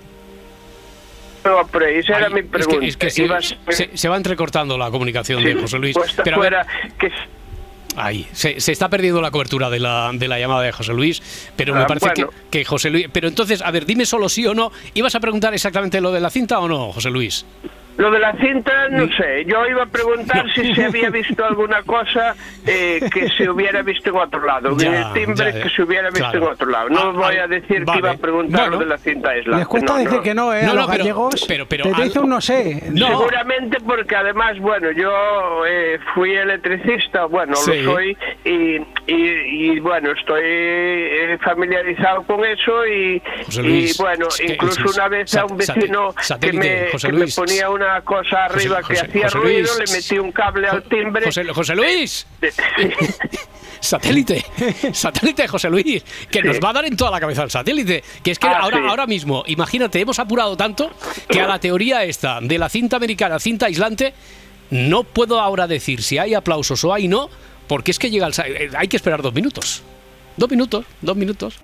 No, pero esa Ay, era mi pregunta. Es que, es que se, se, se va entrecortando la comunicación sí, de José Luis. Pues pero fuera, que... Ahí, se, se está perdiendo la cobertura de la, de la llamada de José Luis, pero me Ah, parece bueno. que, que José Luis... Pero entonces, a ver, dime solo sí o no. ¿Ibas a preguntar exactamente lo de la cinta o no, José Luis? Lo de la cinta, no sé. Yo iba a preguntar si se había visto alguna cosa eh, que se hubiera visto en otro lado. Ya, en el timbre ya, ya. que se hubiera visto Claro. en otro lado. No Ah, voy ah, a decir vale. que iba a preguntar Bueno. lo de la cinta aislante. Les cuesta No, decir no. que no, ¿eh? No, a no, los pero- gallegos. pero- pero te al- dice un no sé. No. Seguramente porque además, bueno, yo eh, fui electricista, bueno, Sí. lo soy, y, y, y, bueno, estoy eh, familiarizado con eso y, José Luis, y bueno, es que- incluso es- una vez sa- a un vecino sate- que, satélite, me, José que me Luis. ponía una cosa arriba José- que hacía José ruido, Luis. le metí un cable al timbre. José, José Luis. Satélite, satélite, José Luis, que nos va a dar en toda la cabeza el satélite. Que es que Ah, ahora, sí. ahora mismo, imagínate, hemos apurado tanto que a la teoría esta de la cinta americana, cinta aislante, no puedo ahora decir si hay aplausos o hay no, porque es que llega el, sa- eh, hay que esperar dos minutos. Dos minutos, dos minutos.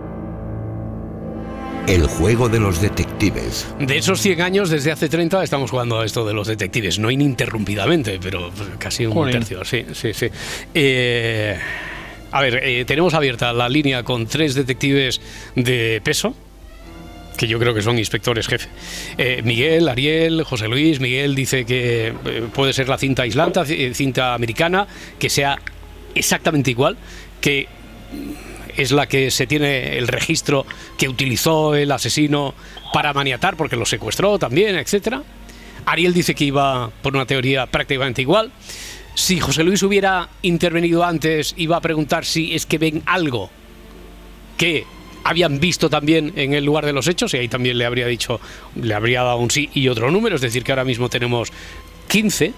El juego de los detectives. De esos cien años, desde hace treinta, estamos jugando a esto de los detectives. No ininterrumpidamente, pero casi un Jolín. tercio. Sí, sí, sí. Eh, a ver, eh, tenemos abierta la línea con tres detectives de peso, que yo creo que son inspectores jefe. Eh, Miguel, Ariel, José Luis. Miguel dice que eh, puede ser la cinta aislante, eh, cinta americana, que sea exactamente igual, que es la que se tiene el registro que utilizó el asesino para maniatar, porque lo secuestró también, etcétera. Ariel dice que iba por una teoría prácticamente igual. Si José Luis hubiera intervenido antes, iba a preguntar si es que ven algo que habían visto también en el lugar de los hechos, y ahí también le habría dicho, le habría dado un sí y otro número, es decir, que ahora mismo tenemos quince.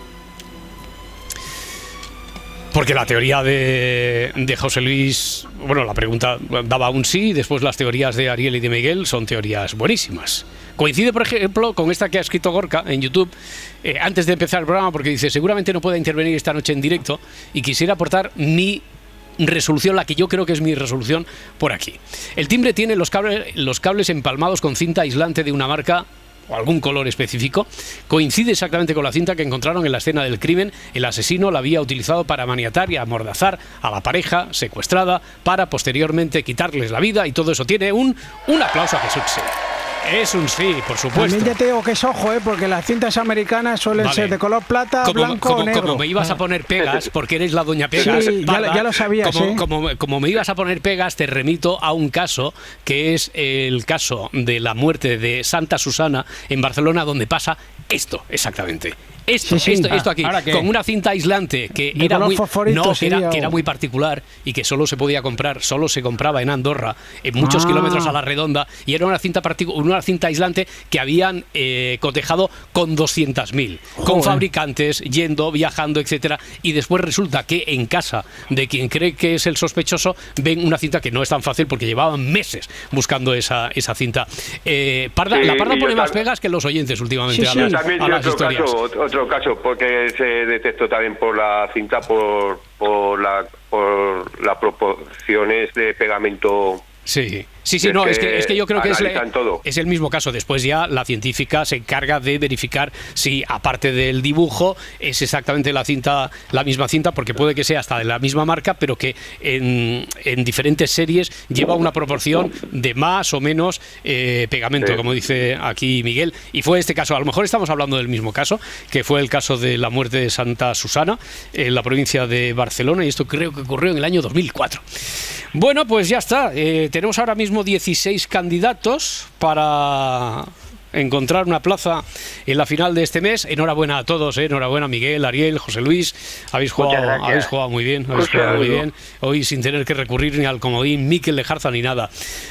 Porque la teoría de, de José Luis, bueno, la pregunta daba un sí, después las teorías de Ariel y de Miguel son teorías buenísimas. Coincide, por ejemplo, con esta que ha escrito Gorka en YouTube, eh, antes de empezar el programa, porque dice, seguramente no pueda intervenir esta noche en directo y quisiera aportar mi resolución, la que yo creo que es mi resolución, por aquí. El timbre tiene los cables, los cables empalmados con cinta aislante de una marca o algún color específico. Coincide exactamente con la cinta que encontraron en la escena del crimen. El asesino la había utilizado para maniatar y amordazar a la pareja secuestrada para posteriormente quitarles la vida, y todo eso tiene un, un aplauso a Jesús. Sí. Es un sí, por supuesto. También ya te digo que es ojo, ¿eh? Porque las cintas americanas suelen Vale. ser de color plata, como, blanco como, o negro. como me ibas a poner pegas, porque eres la doña Pegas, Sí, ya, parda, ya lo sabías, como, ¿eh? como, como me ibas a poner pegas, te remito a un caso, que es el caso de la muerte de Santa Susana en Barcelona, donde pasa esto, exactamente. Esto, Sí, sí. esto, esto aquí, ¿Ahora qué? con una cinta aislante que De era color muy, fosforito no, que era, sería, que era o- muy particular y que solo se podía comprar, solo se compraba en Andorra, en muchos Ah. kilómetros a la redonda, y era una cinta particu- una cinta aislante que habían eh, cotejado con doscientos mil, con Joder. fabricantes, yendo, viajando, etcétera, y después resulta que en casa de quien cree que es el sospechoso ven una cinta que no es tan fácil porque llevaban meses buscando esa, esa cinta. Eh, Parda- Sí, la Parda y yo pone más tam- pegas que los oyentes últimamente Sí, a sí. las, También a tiene las otro historias. caso, otro caso, porque se detectó también por la cinta, por, por, la, por las proporciones de pegamento. Sí, sí, sí, Es no, que es que, es que yo creo que es, le- analizan todo. es el mismo caso. Después ya la científica se encarga de verificar si, aparte del dibujo, es exactamente la cinta, la misma cinta, porque puede que sea hasta de la misma marca, pero que en, en diferentes series lleva una proporción de más o menos eh, pegamento, Sí. como dice aquí Miguel. Y fue este caso, a lo mejor estamos hablando del mismo caso, que fue el caso de la muerte de Santa Susana en la provincia de Barcelona, y esto creo que ocurrió en el año dos mil cuatro. Bueno, pues ya está. Eh, tenemos ahora mismo dieciséis candidatos para encontrar una plaza en la final de este mes. Enhorabuena a todos, ¿eh? Enhorabuena Miguel, Ariel, José Luis. Habéis jugado, gracias. habéis jugado muy bien, habéis Muchas jugado muy gracias. bien. Hoy sin tener que recurrir ni al comodín Mikel Lejarza ni nada.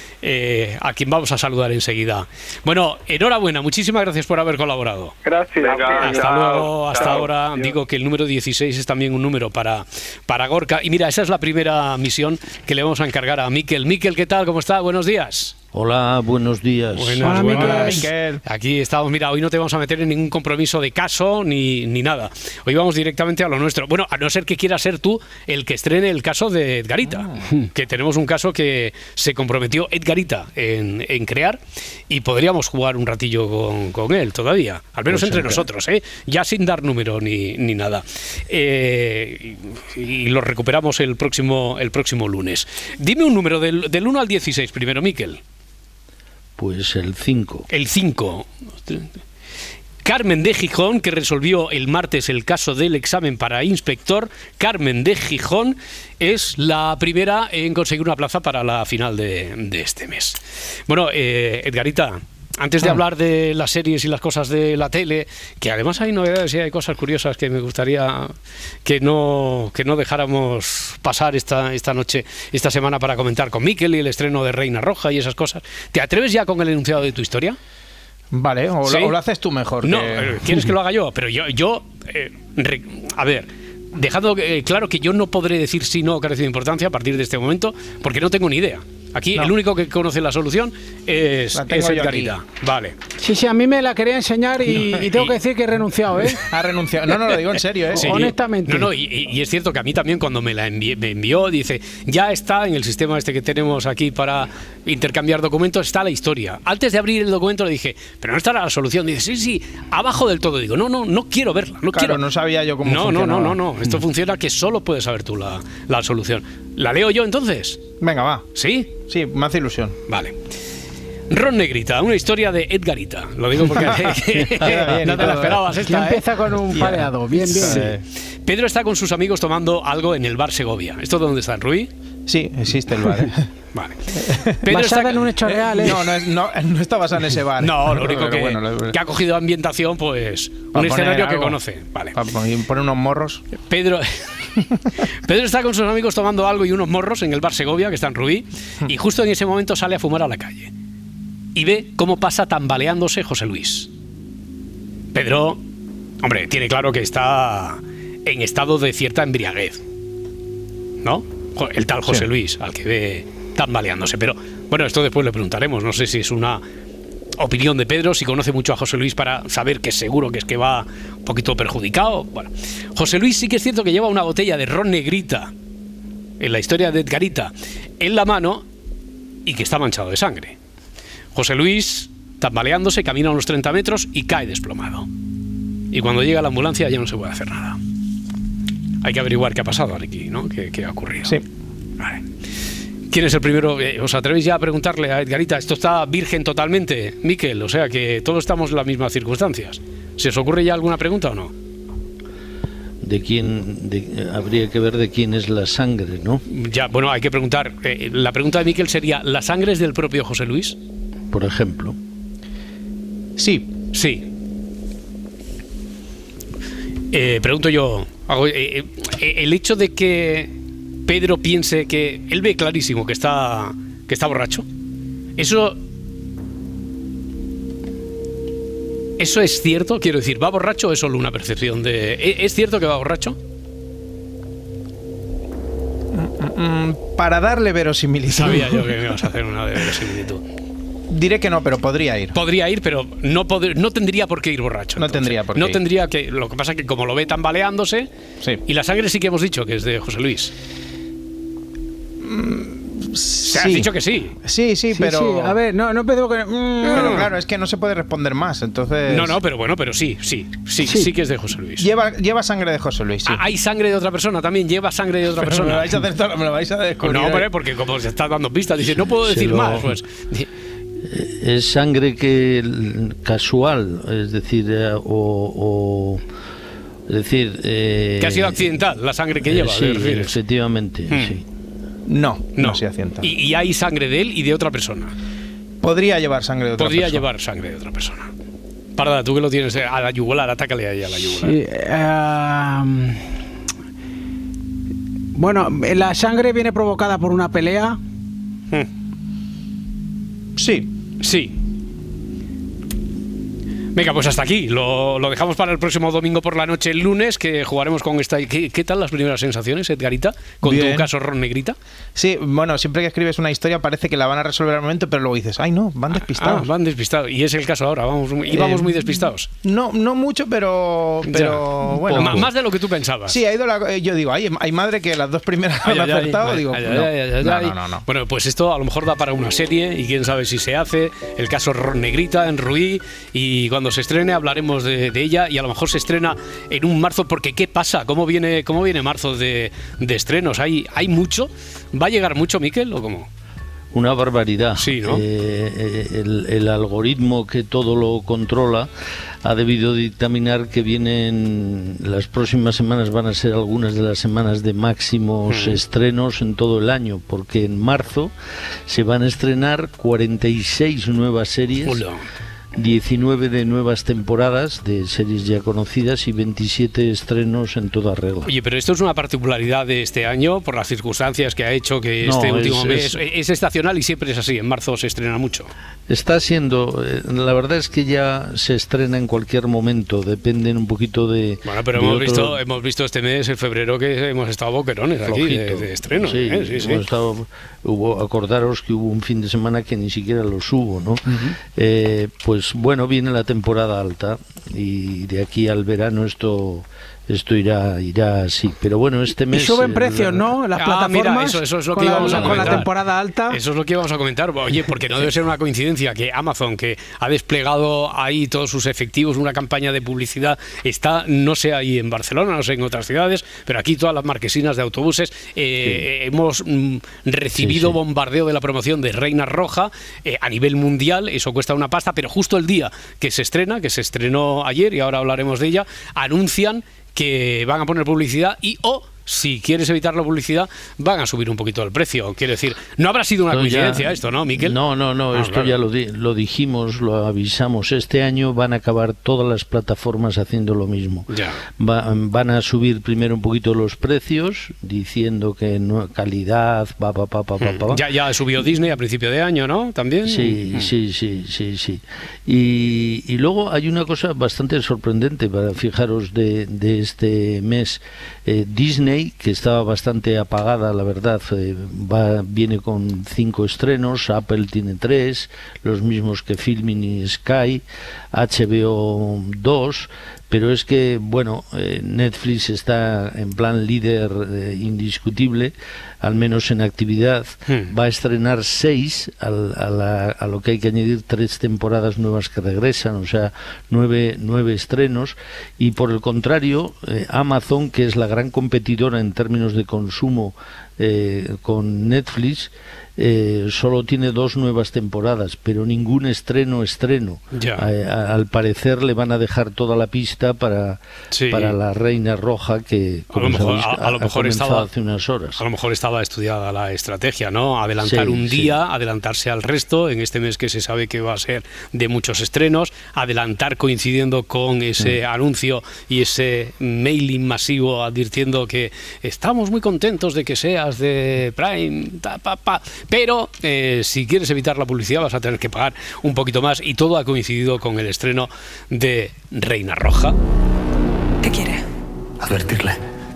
Eh, a quien vamos a saludar enseguida. Bueno, enhorabuena, muchísimas gracias por haber colaborado. Gracias. Venga, Hasta chao, luego, hasta chao. ahora. Digo que el número dieciséis es también un número para, para Gorka. Y mira, esa es la primera misión que le vamos a encargar a Mikel. Mikel, ¿qué tal? ¿Cómo está? Buenos días. Hola, buenos días. Buenas, buenas. Aquí estamos. Mira, hoy no te vamos a meter en ningún compromiso de caso ni, ni nada. Hoy vamos directamente a lo nuestro. Bueno, a no ser que quieras ser tú el que estrene el caso de Edgarita, ah. que tenemos un caso que se comprometió Edgarita en, en crear y podríamos jugar un ratillo con, con él todavía, al menos pues entre siempre. nosotros, ¿eh? Ya sin dar número ni, ni nada. Eh, y, y lo recuperamos el próximo, el próximo lunes. Dime un número del, del uno al dieciséis primero, Miquel. Pues el cinco. El cinco. Carmen de Gijón, que resolvió el martes el caso del examen para inspector. Carmen de Gijón es la primera en conseguir una plaza para la final de, de este mes. Bueno, eh, Edgarita, antes de ah. hablar de las series y las cosas de la tele, que además hay novedades y hay cosas curiosas que me gustaría que no, que no dejáramos pasar esta, esta noche, esta semana para comentar con Miquel y el estreno de Reina Roja y esas cosas. ¿Te atreves ya con el enunciado de tu historia? Vale, o, ¿sí? lo, o lo haces tú mejor. No, que... ¿quieres que lo haga yo? Pero yo, yo eh, re, a ver, dejando eh, claro que yo no podré decir si no carece de importancia a partir de este momento, porque no tengo ni idea. Aquí no. El único que conoce la solución es, es Edgarita. Vale. Sí, sí, a mí me la quería enseñar y, y tengo que decir que he renunciado, ¿eh? Ha renunciado. No, no, lo digo en serio, ¿eh? Sí. Honestamente. No, no, y, y es cierto que a mí también cuando me la envié, me envió, dice, ya está en el sistema este que tenemos aquí para intercambiar documentos, está la historia. Antes de abrir el documento le dije, pero no estará la solución. Dice, sí, sí, abajo del todo. Digo, no, no, no quiero verla. No claro, quiero. no sabía yo cómo no, funcionaba. No, no, no, no. Esto mm. funciona que solo puedes saber tú la, la solución. ¿La leo yo entonces? Venga, va. ¿Sí? Sí, me hace ilusión. Vale. Ron Negrita, una historia de Edgarita. Lo digo porque bien, no te la esperabas esta, ya ¿eh? Empieza con un pareado. Bien, bien. Sí. Pedro está con sus amigos tomando algo en el bar Segovia. ¿Esto dónde está, Rubí? Sí, existe el bar, ¿eh? Vale. Pedro basada está en un hecho real, ¿eh? No, no, es, no, no está basado en ese bar. No, lo único que, bueno, lo... que ha cogido ambientación, pues, un escenario que conoce. Vale. Para poner unos morros. Pedro... Pedro está con sus amigos tomando algo y unos morros en el bar Segovia, que está en Rubí, y justo en ese momento sale a fumar a la calle. Y ve cómo pasa tambaleándose José Luis. Pedro, hombre, tiene claro que está en estado de cierta embriaguez, ¿no? El tal José sí. Luis, al que ve tambaleándose. Pero, bueno, esto después le preguntaremos. No sé si es una opinión de Pedro, si conoce mucho a José Luis para saber que seguro que es que va un poquito perjudicado. Bueno, José Luis sí que es cierto que lleva una botella de ron Negrita, en la historia de Edgarita, en la mano y que está manchado de sangre. José Luis, tambaleándose, camina unos treinta metros y cae desplomado. Y cuando llega la ambulancia ya no se puede hacer nada. Hay que averiguar qué ha pasado aquí, ¿no? ¿Qué, qué ha ocurrido? Sí. Vale. ¿Quién es el primero? ¿Os atrevéis ya a preguntarle a Edgarita? Esto está virgen totalmente, Miquel, o sea que todos estamos en las mismas circunstancias. ¿Se os ocurre ya alguna pregunta o no? De quién, de, habría que ver de quién es la sangre, ¿no? Ya, bueno, hay que preguntar. Eh, la pregunta de Miquel sería, ¿la sangre es del propio José Luis? Por ejemplo. Sí. Sí. Eh, pregunto yo, hago, eh, eh, el hecho de que Pedro piense que él ve clarísimo que está que está borracho, eso eso es cierto, quiero decir, ¿va borracho o es solo una percepción de es cierto que va borracho? Para darle verosimilitud. Sabía yo que me ibas a hacer una de verosimilitud. Diré que no, pero podría ir. Podría ir, pero no pod- no tendría por qué ir borracho. No entonces. tendría por qué No ir. tendría que. Lo que pasa es que como lo ve tambaleándose. Sí. Y la sangre sí que hemos dicho que es de José Luis. Mm, Se sí. has dicho que sí. Sí, sí, Sí, pero. sí, a ver, no, no empezó con. Mm, Pero claro, es que no se puede responder más, entonces. No, no, pero bueno, pero sí, sí, sí, Sí. sí que es de José Luis. Lleva, lleva sangre de José Luis, sí. Ah, ¿hay sangre de otra persona también? ¿Lleva sangre de otra Pero persona? Me lo vais a hacer todo- me lo vais a descubrir. No, hombre, porque como se está dando pistas, dice, no puedo Se decir lo- más. Pues. Es sangre que casual, es decir, eh, o, o es decir, eh, Que ha sido accidental la sangre que lleva, sí, ¿te refieres? efectivamente, Hmm. sí. No, No, no se accidental. Y, y hay sangre de él y de otra persona. Podría llevar sangre de otra Podría persona. llevar sangre de otra persona. Parda, tú que lo tienes a la yugular, atácale ahí a la yugular. Sí, eh, bueno, la sangre viene provocada por una pelea. Sí. Sí. Venga, pues hasta aquí. Lo, lo dejamos para el próximo domingo por la noche, el lunes, que jugaremos con esta... ¿Qué, qué tal las primeras sensaciones, Edgarita, con Bien. tu caso Ron Negrita? Sí, bueno, siempre que escribes una historia parece que la van a resolver al momento, pero luego dices, ay no, van despistados. Ah, van despistados. Y es el caso ahora, vamos, íbamos eh, muy despistados. No, no mucho, pero, pero ya. bueno. M- más de lo que tú pensabas. Sí, ha ido la, yo digo, ay, hay madre que las dos primeras han acertado. Digo, ay, no, ay, ay, ay, no, ay. no, no, no. Bueno, pues esto a lo mejor da para una serie y quién sabe si se hace. El caso Ron Negrita en Ruí, y cuando se estrene hablaremos de, de ella, y a lo mejor se estrena en un marzo, porque ¿qué pasa? ¿Cómo viene, cómo viene marzo de, de estrenos? ¿Hay, ¿Hay mucho? ¿Va a llegar mucho, Miquel, o cómo? Una barbaridad. Sí, ¿no? Eh, el, el algoritmo que todo lo controla ha debido dictaminar que vienen, las próximas semanas van a ser algunas de las semanas de máximos mm. estrenos en todo el año, porque en marzo se van a estrenar cuarenta y seis nuevas series. Hola. diecinueve de nuevas temporadas de series ya conocidas y veintisiete estrenos en toda regla. Oye, pero esto es una particularidad de este año por las circunstancias que ha hecho que este no, último es, mes es, es estacional y siempre es así. En marzo se estrena mucho. Está siendo, la verdad es que ya se estrena en cualquier momento, dependen un poquito de. Bueno, pero de hemos otro... visto hemos visto este mes, en febrero, que hemos estado boquerones aquí de, de estreno. Sí, ¿eh? sí, sí. Hemos estado, hubo, acordaros que hubo un fin de semana que ni siquiera los hubo, ¿no? Uh-huh. eh, pues bueno, viene la temporada alta y de aquí al verano esto esto irá irá así, pero bueno, este mes y suben eh, precios, ¿no? En las ah, plataformas. Mira, eso, eso es lo que con íbamos la, a comentar. Con la temporada alta. Eso es lo que íbamos a comentar. Oye, porque no debe ser una coincidencia que Amazon, que ha desplegado ahí todos sus efectivos, una campaña de publicidad, está, no sé, ahí en Barcelona, no sé, en otras ciudades, pero aquí todas las marquesinas de autobuses eh, sí. hemos mm, recibido sí, sí. bombardeo de la promoción de Reina Roja eh, a nivel mundial. Eso cuesta una pasta, pero justo el día que se estrena, que se estrenó ayer y ahora hablaremos de ella, anuncian que van a poner publicidad y o si quieres evitar la publicidad, van a subir un poquito el precio. Quiero decir, no habrá sido una esto coincidencia ya, esto, ¿no, Miquel? No, no, no, ah, esto claro. ya lo, di lo dijimos, lo avisamos. Este año van a acabar todas las plataformas haciendo lo mismo. Ya. Va, van a subir primero un poquito los precios, diciendo que no, calidad, pa, pa, pa, pa, hmm. pa, pa. Ya, ya subió Disney a principio de año, ¿no? También. Sí, hmm. sí, sí, sí, sí. Y, y luego hay una cosa bastante sorprendente para fijaros de, de este mes. Eh, Disney, que estaba bastante apagada, la verdad, eh, va, viene con cinco estrenos, Apple tiene tres, los mismos que Filmin y Sky, H B O dos, pero es que, bueno, eh, Netflix está en plan líder eh, indiscutible, al menos en actividad, hmm. va a estrenar seis, al, a, la, a lo que hay que añadir tres temporadas nuevas que regresan, o sea, nueve, nueve estrenos, y por el contrario, eh, Amazon, que es la gran competidora en términos de consumo eh, con Netflix, Eh, solo tiene dos nuevas temporadas, pero ningún estreno estreno. A, a, al parecer le van a dejar toda la pista para, sí. para la Reina Roja, que como a lo mejor, sabéis, a, a lo mejor estaba hace unas horas. A lo mejor estaba estudiada la estrategia, ¿no? Adelantar sí, un día, sí. adelantarse al resto en este mes que se sabe que va a ser de muchos estrenos, adelantar coincidiendo con ese sí. anuncio y ese mailing masivo advirtiendo que estamos muy contentos de que seas de Prime, ta, pa, pa. Pero eh, si quieres evitar la publicidad vas a tener que pagar un poquito más, y todo ha coincidido con el estreno de Reina Roja. ¿Qué quiere? Advertirle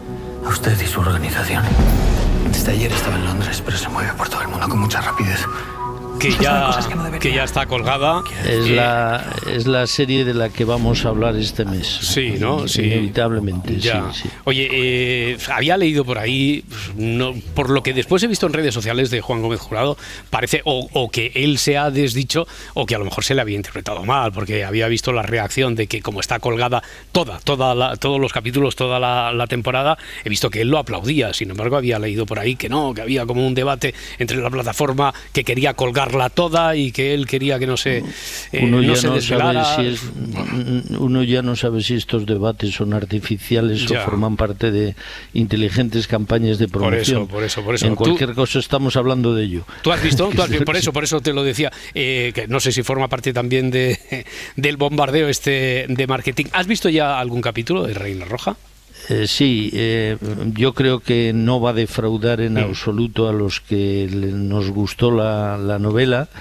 a usted y su organización. Desde ayer estaba en Londres, pero se mueve por todo el mundo con mucha rapidez. Que ya, que, no que ya está colgada. Es eh, la es la serie de la que vamos a hablar este mes. Sí, ¿no? Sí. Inevitablemente, ya. sí, sí. Oye, eh, había leído por ahí, no, por lo que después he visto en redes sociales de Juan Gómez Jurado, parece o, o que él se ha desdicho o que a lo mejor se le había interpretado mal, porque había visto la reacción de que como está colgada toda, toda la, todos los capítulos, toda la, la temporada, he visto que él lo aplaudía. Sin embargo, había leído por ahí que no, que había como un debate entre la plataforma que quería colgar la toda y que él quería que no se, eh, uno no ya se no desvelara. Sabe si es, uno ya no sabe si estos debates son artificiales ya. o forman parte de inteligentes campañas de promoción. Por eso, por eso, por eso. En cualquier ¿Tú, cosa estamos hablando de ello. ¿Tú has visto? ¿Tú has visto? Por eso, por eso te lo decía. Eh, que no sé si forma parte también de del bombardeo este de marketing. ¿Has visto ya algún capítulo de Reina Roja? Eh, sí, eh, yo creo que no va a defraudar en mm. absoluto a los que le, nos gustó la, la novela.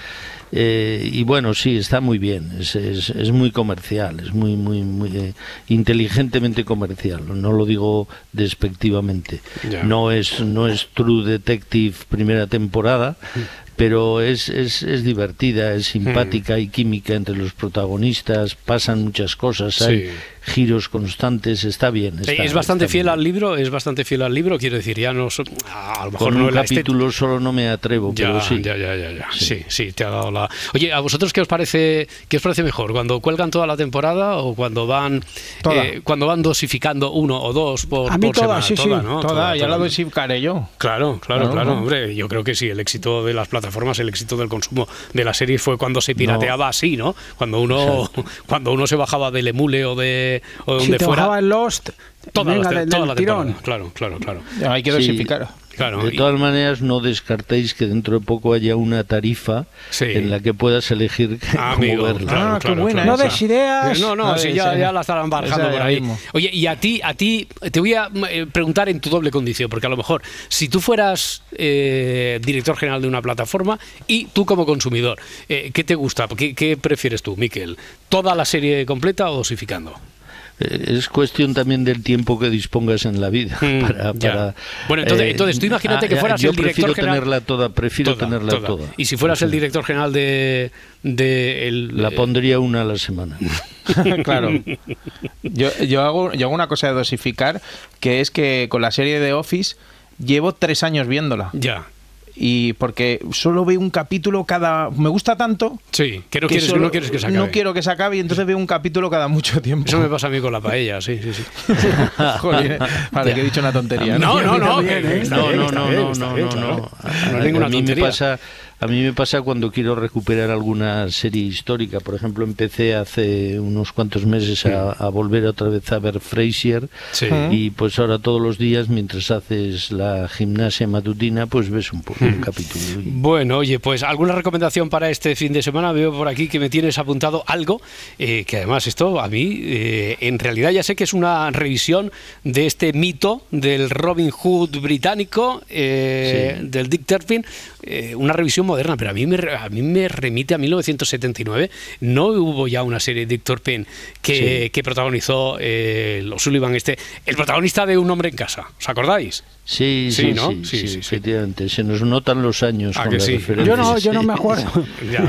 Eh, y bueno, sí, está muy bien, es, es, es muy comercial, es muy, muy, muy eh, inteligentemente comercial, no lo digo despectivamente. Ya. No es, no es True Detective primera temporada, pero es, es, es divertida, es simpática, hay química entre los protagonistas, pasan muchas cosas, Sí. hay giros constantes, está bien. Está, es bastante está fiel bien. al libro, es bastante fiel al libro, quiero decir, ya no so- a lo mejor Con no un la capítulo solo no me atrevo, Ya, pero sí. ya, ya, ya, ya. Sí. sí, te ha dado la. Oye, ¿a vosotros qué os parece, qué os parece mejor? ¿Cuando cuelgan toda la temporada o cuando van, Toda. eh, cuando van dosificando uno o dos por, A mí por toda, semana? sí, sí, toda, ¿no? toda, ya toda. la dosificaré yo. Claro, claro, Claro, claro, ¿no? hombre. Yo creo que sí, el éxito de las plataformas, el éxito del consumo de la serie fue cuando se pirateaba así, ¿no? Cuando uno, cuando uno se bajaba del Emule o de, o de Si donde te fuera. bajaba el Lost, Toda, venga, la, del- toda del la tirón. temporada. Claro, claro, claro. Hay que Sí. dosificar. Claro, De y- todas maneras, no descartéis que dentro de poco haya una tarifa Sí. en la que puedas elegir Ah, cómo amigo, verla. claro, Ah, qué claro, buena claro. No des ideas. No, no, No, sí, esa- ya, ya la estarán barajando esa por ya ahí. mismo. Oye, y a ti, a ti, te voy a eh, preguntar en tu doble condición, porque a lo mejor, si tú fueras eh, director general de una plataforma y tú como consumidor, eh, ¿qué te gusta? ¿Qué, qué prefieres tú, Miquel? ¿Toda la serie completa o dosificando? Eh, Es cuestión también del tiempo que dispongas en la vida. Mm, para, ya. para, Bueno, entonces- eh, entonces tú imagínate que ah, fueras yo el director prefiero general- tenerla toda, prefiero Toda, tenerla toda. toda. Y si fueras el director general de, de el, La eh, pondría una a la semana. Claro. Yo, yo, hago, yo hago una cosa de dosificar, que es que con la serie de Office llevo tres años viéndola. Ya. Y porque solo veo un capítulo cada... Me gusta tanto... Sí, que no, quieres, solo- no quieres que se acabe. No quiero que se acabe y entonces veo un capítulo cada mucho tiempo. Eso me pasa a mí con la paella, sí, sí, sí. Joder, vale, que he dicho una tontería. No, no, no. También, que ¿eh? está No, bien, no, está no, bien, no, está no, bien, no, claro. no. No A, es ninguna a mí me tontería. pasa, a mí me pasa cuando quiero recuperar alguna serie histórica. Por ejemplo, empecé hace unos cuantos meses a, a volver otra vez a ver Frasier. Sí. Y pues ahora todos los días, mientras haces la gimnasia matutina, pues ves un poco un capítulo. Y- Bueno, oye, pues alguna recomendación para este fin de semana. Veo por aquí que me tienes apuntado algo, eh, que además esto a mí, eh, en realidad ya sé que es una revisión de este mito del Robin Hood británico, eh, Sí. del Dick Turpin, eh, una revisión moderna, pero a mí, me, re- a mí me remite a mil novecientos setenta y nueve. ¿No hubo ya una serie de Dick Turpin que, Sí. que protagonizó eh, los Sullivan, este, el protagonista de Un hombre en casa? ¿Os acordáis? Sí, Sí, sí, ¿no? sí, Sí, sí, sí, sí. efectivamente. Se nos notan los años ¿A con que las sí? referencias. Yo no, yo no sí. me acuerdo. Ya.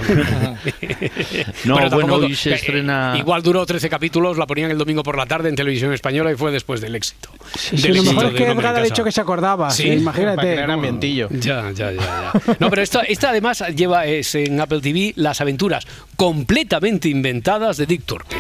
No, bueno, tampoco- hoy se eh, estrena- Igual duró trece capítulos, la ponían el domingo por la tarde en televisión española y fue después del éxito. Sí, Del lo éxito mejor es de que Un hombre Edgar en ha dicho casa. que se acordaba. Sí, Sí, imagínate. Para crear cómo- ambientillo. Ya, ya, ya, ya. No, pero esta, esta además lleva es en Apple T V las aventuras completamente inventadas de Dick Turpin.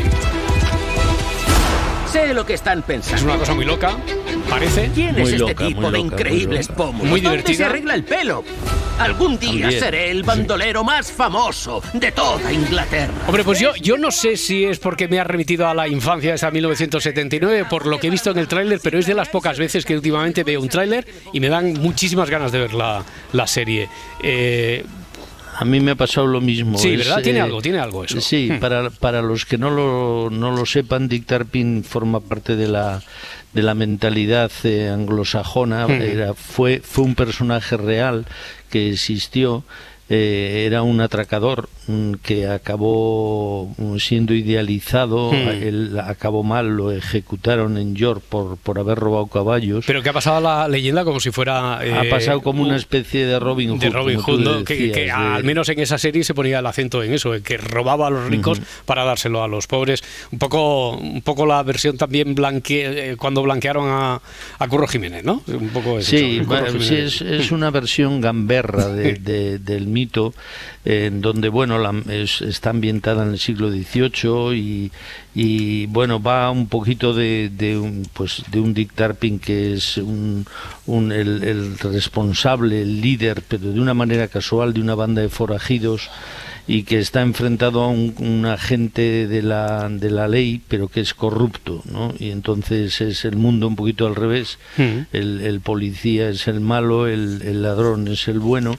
Sé lo que están pensando. Es una cosa muy loca, parece. ¿Quién Muy es este loca, tipo muy de loca, muy increíbles loca. pómulos? Muy ¿Dónde divertida. se arregla el pelo? Algún día También. seré el bandolero más famoso de toda Inglaterra. Hombre, pues yo, yo no sé si es porque me ha remitido a la infancia esa mil novecientos setenta y nueve, por lo que he visto en el tráiler, pero es de las pocas veces que últimamente veo un tráiler y me dan muchísimas ganas de ver la, la serie. Eh, A mí me ha pasado lo mismo. sí, Es, ¿verdad? Tiene eh, algo, tiene algo eso. Sí, Hmm. para, para los que no lo, no lo sepan, Dick Turpin forma parte de la, de la mentalidad eh, anglosajona. Hmm. Era, fue, fue un personaje real que existió. Eh, era un atracador mm, que acabó mm, siendo idealizado. Hmm. Él acabó mal, lo ejecutaron en York por, por haber robado caballos. Pero que ha pasado la leyenda como si fuera... eh, ha pasado como una especie de Robin Hood. de Robin como tú Hood, ¿no? le que, decías, que de- al menos en esa serie se ponía el acento en eso, en que robaba a los ricos Ujú. para dárselo a los pobres. Un poco un poco la versión también blanque, eh, cuando blanquearon a, a Curro Jiménez, ¿no? Un poco eso, Sí, ¿no? Curro bueno, sí, Jiménez. es, es una versión gamberra de, de- del mito, eh, en donde bueno la- es- está ambientada en el siglo dieciocho y, y bueno va un poquito de, de un pues de un Dick Turpin que es un, un- el, el responsable, el líder, pero de una manera casual de una banda de forajidos y que está enfrentado a un, un agente de la, de la ley, pero que es corrupto, ¿no? Y entonces es el mundo un poquito al revés. Mm. El, el policía es el malo, el, el ladrón es el bueno,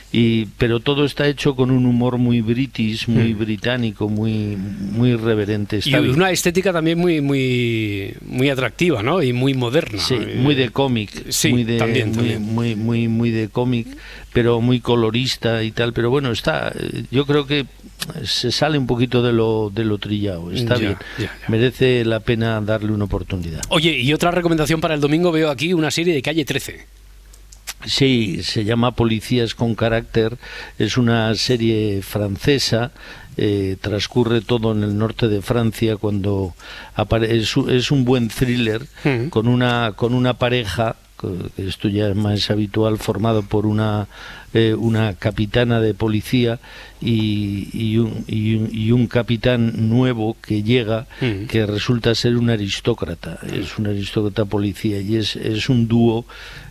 y pero todo está hecho con un humor muy british, muy mm. británico, muy muy irreverente. Está y bien. Una estética también muy muy muy atractiva, ¿no? Y muy moderna. Sí, muy de cómic, sí, muy de también, muy, también. muy muy muy de cómic, pero muy colorista y tal, pero bueno, está yo creo que se sale un poquito de lo de lo trillado, está ya, bien. Ya, ya. Merece la pena darle una oportunidad. Oye, y otra recomendación para el domingo, veo aquí una serie de Calle trece. Sí, se llama Policías con Carácter, es una serie francesa, eh, transcurre todo en el norte de Francia cuando apare es, es un buen thriller mm. con una con una pareja, esto ya es más habitual, formado por una eh, una capitana de policía y, y, un, y, un, y un capitán nuevo que llega, mm. que resulta ser un aristócrata, es un aristócrata policía y es, es un dúo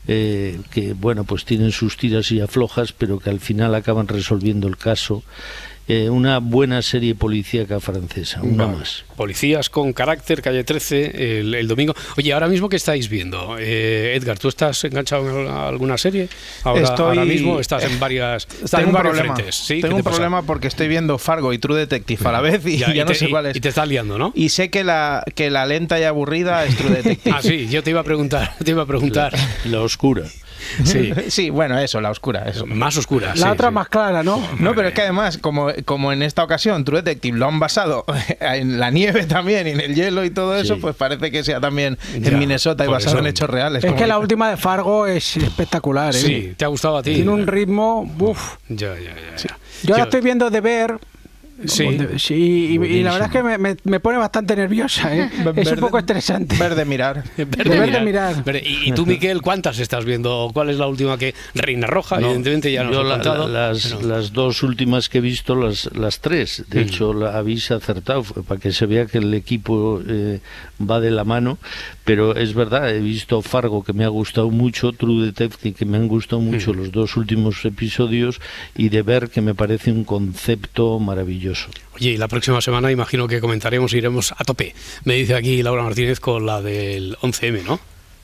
eh, que, bueno, pues tienen sus tiras y aflojas, pero que al final acaban resolviendo el caso. Eh, una buena serie policíaca francesa, una vale. más. Policías con Carácter, Calle trece, el, el domingo. Oye, ahora mismo, ¿qué estáis viendo? Eh, Edgar, ¿tú estás enganchado a alguna serie? Ahora, estoy... ahora mismo estás en varias estás tengo en varios problema. frentes. ¿Sí? Tengo un problema porque estoy viendo Fargo y True Detective a la vez y ya, ya y no te, sé cuál es. Y te estás liando, ¿no? Y sé que la, que la lenta y aburrida es True Detective. Ah, sí, yo te iba a preguntar, te iba a preguntar. La, la oscura. Sí. Sí, bueno, eso, la oscura, eso. Más oscura. La sí, otra sí. más clara, ¿no? No, pero es que además, como, como en esta ocasión True Detective lo han basado en la nieve también y en el hielo y todo eso, sí. pues parece que sea también ya, en Minnesota y basado eso. en hechos reales. Es que la última de Fargo es espectacular, ¿eh? Sí, ¿te ha gustado a ti? Tiene un ritmo, uff. Ya, ya, ya. Sí. Yo ahora estoy viendo The Bear. Sí, sí y, y la verdad es que me, me, me pone bastante nerviosa, ¿eh? Verde, es un poco estresante. Verde mirar. Verde, verde mirar. mirar. Verde. ¿Y, ¿Y tú, Miquel, cuántas estás viendo? ¿Cuál es la última que...? Reina Roja, no, evidentemente ya nos yo has la, contado. La, las, pero... las dos últimas que he visto, las, las tres. De mm. hecho, la habéis acertado, para que se vea que el equipo eh, va de la mano. Pero es verdad, he visto Fargo, que me ha gustado mucho, True Detective, que me han gustado mucho mm. los dos últimos episodios, y The Bear, que me parece un concepto maravilloso. Oye, y la próxima semana imagino que comentaremos, iremos a tope. Me dice aquí Laura Martínez con la del once eme, ¿no?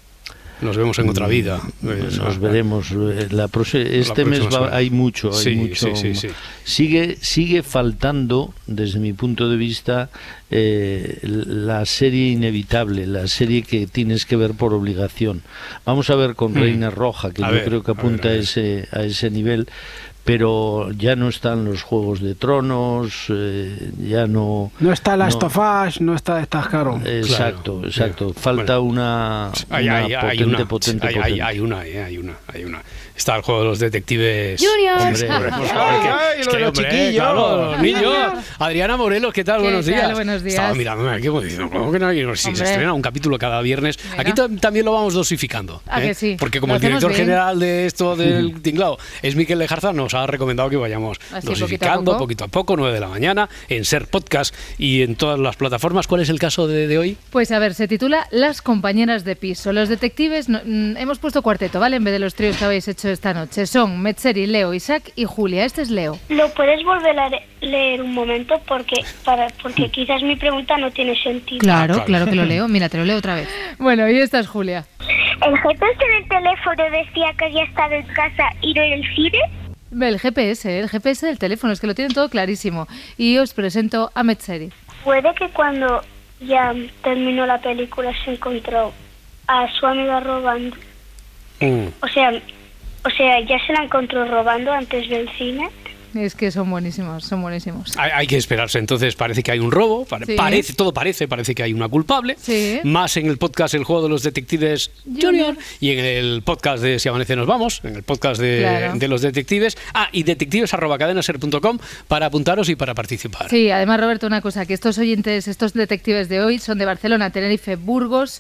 Nos vemos en otra vida. Nos ah, veremos. La este la mes va, hay mucho, hay sí, mucho. Sí, sí, sí. Sigue, sigue faltando, desde mi punto de vista, eh, la serie inevitable, la serie que tienes que ver por obligación. Vamos a ver con mm. Reina Roja, que a yo ver, creo que apunta a, ver, a, ver. A, ese, a ese nivel. Pero ya no están los Juegos de Tronos, eh, ya no... No está Last of Us, no está estas caro. Exacto, claro, exacto. Falta bueno, una, hay, una hay, potente, hay una, potente, hay, potente. Hay, hay una, eh, hay una, hay una. Está el Juego de los Detectives... Junior. Hombre, hombre, por favor, que, ay, es lo que, de los hombre, chiquillos. Claro, los niños. Adriana Morelos, ¿qué tal? ¿Qué Buenos tal? días. Buenos días. Estaba mirándome aquí como diciendo, ¿cómo que no hay? Si hombre. se estrena un capítulo cada viernes. Mira. Aquí también lo vamos dosificando. ¿A ¿eh? que sí? Porque como Lo el director bien. general de esto del tinglao es Miquel Lejarza, nos ha recomendado que vayamos Así, dosificando poquito a, poquito a poco, nueve de la mañana, en Ser Podcast y en todas las plataformas. ¿Cuál es el caso de, de hoy? Pues a ver, se titula Las compañeras de piso. Los detectives, no, mm, hemos puesto cuarteto, ¿vale? En vez de los tríos que habéis hecho esta noche. Son Metzeri, Leo, Isaac y Julia. Este es Leo. ¿Lo puedes volver a leer un momento? Porque, para, porque quizás mi pregunta no tiene sentido. Claro, claro, claro que lo leo. Mira, te lo leo otra vez. Bueno, y esta es Julia. ¿El G P S del teléfono decía que había estado en casa y no en el cine? El G P S, el G P S del teléfono, es que lo tienen todo clarísimo. Y os presento a Metzeri. Puede que cuando ya terminó la película se encontró a su amiga robando. Mm. O sea, o sea, ya se la encontró robando antes del cine. Es que son buenísimos, son buenísimos. Hay, hay que esperarse, entonces parece que hay un robo, pare, sí. parece, todo parece, parece que hay una culpable. Sí. Más en el podcast El Juego de los Detectives Junior, Junior. Y en el podcast de Si Amanece Nos Vamos, en el podcast de, claro. de los detectives. Ah, y detectives arroba cadenaser punto com para apuntaros y para participar. Sí, además, Roberto, una cosa, que estos oyentes, estos detectives de hoy son de Barcelona, Tenerife, Burgos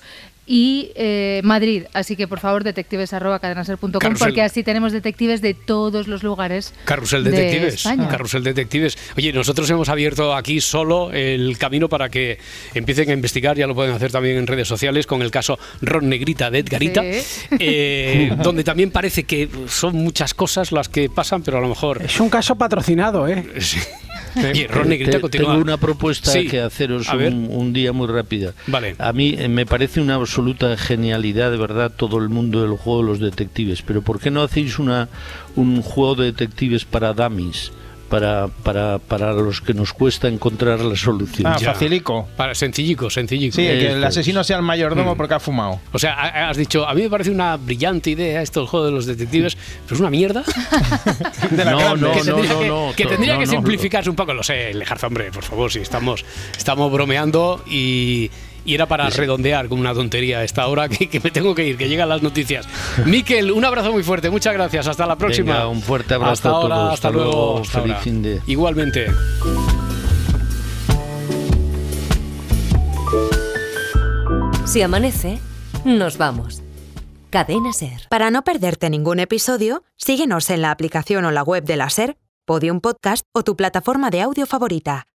y eh, Madrid, así que por favor detectives arroba cadenaser punto com porque así tenemos detectives de todos los lugares. Carrusel de Detectives, España. Carrusel Detectives. Oye, nosotros hemos abierto aquí solo el camino para que empiecen a investigar, ya lo pueden hacer también en redes sociales con el caso Ron Negrita de Edgarita, sí. eh, donde también parece que son muchas cosas las que pasan, pero a lo mejor... Es un caso patrocinado, ¿eh? Sí. Y Ron Negrita continúa. Tengo una propuesta Sí. que haceros A ver. un, un día muy rápida. Vale. A mí eh, me parece una absoluta genialidad, de verdad, todo el mundo del juego de los detectives. Pero ¿por qué no hacéis una un juego de detectives para dummies? Para, para, para los que nos cuesta encontrar la solución. Ah, facilico. Para sencillico, sencillico. Sí, que el asesino sea el mayordomo Mm. porque ha fumado. O sea, ha- has dicho, a mí me parece una brillante idea esto del juego de los detectives, pero es una mierda. De la No, grande. no, que no, tendría, no, que, no, que, to- tendría no, que no, simplificarse un poco. Lo sé, Lejarza, hombre, por favor, si estamos, estamos bromeando y, y era para redondear con una tontería a esta hora que, que me tengo que ir, que llegan las noticias. Miquel, un abrazo muy fuerte, muchas gracias, hasta la próxima. Venga, un fuerte abrazo hasta a ahora, todos. hasta, Hasta luego, luego, hasta feliz ahora. fin de- Igualmente. Si amanece, nos vamos. Cadena Ser. Para no perderte ningún episodio, síguenos en la aplicación o la web de la SER, Podium Podcast o tu plataforma de audio favorita.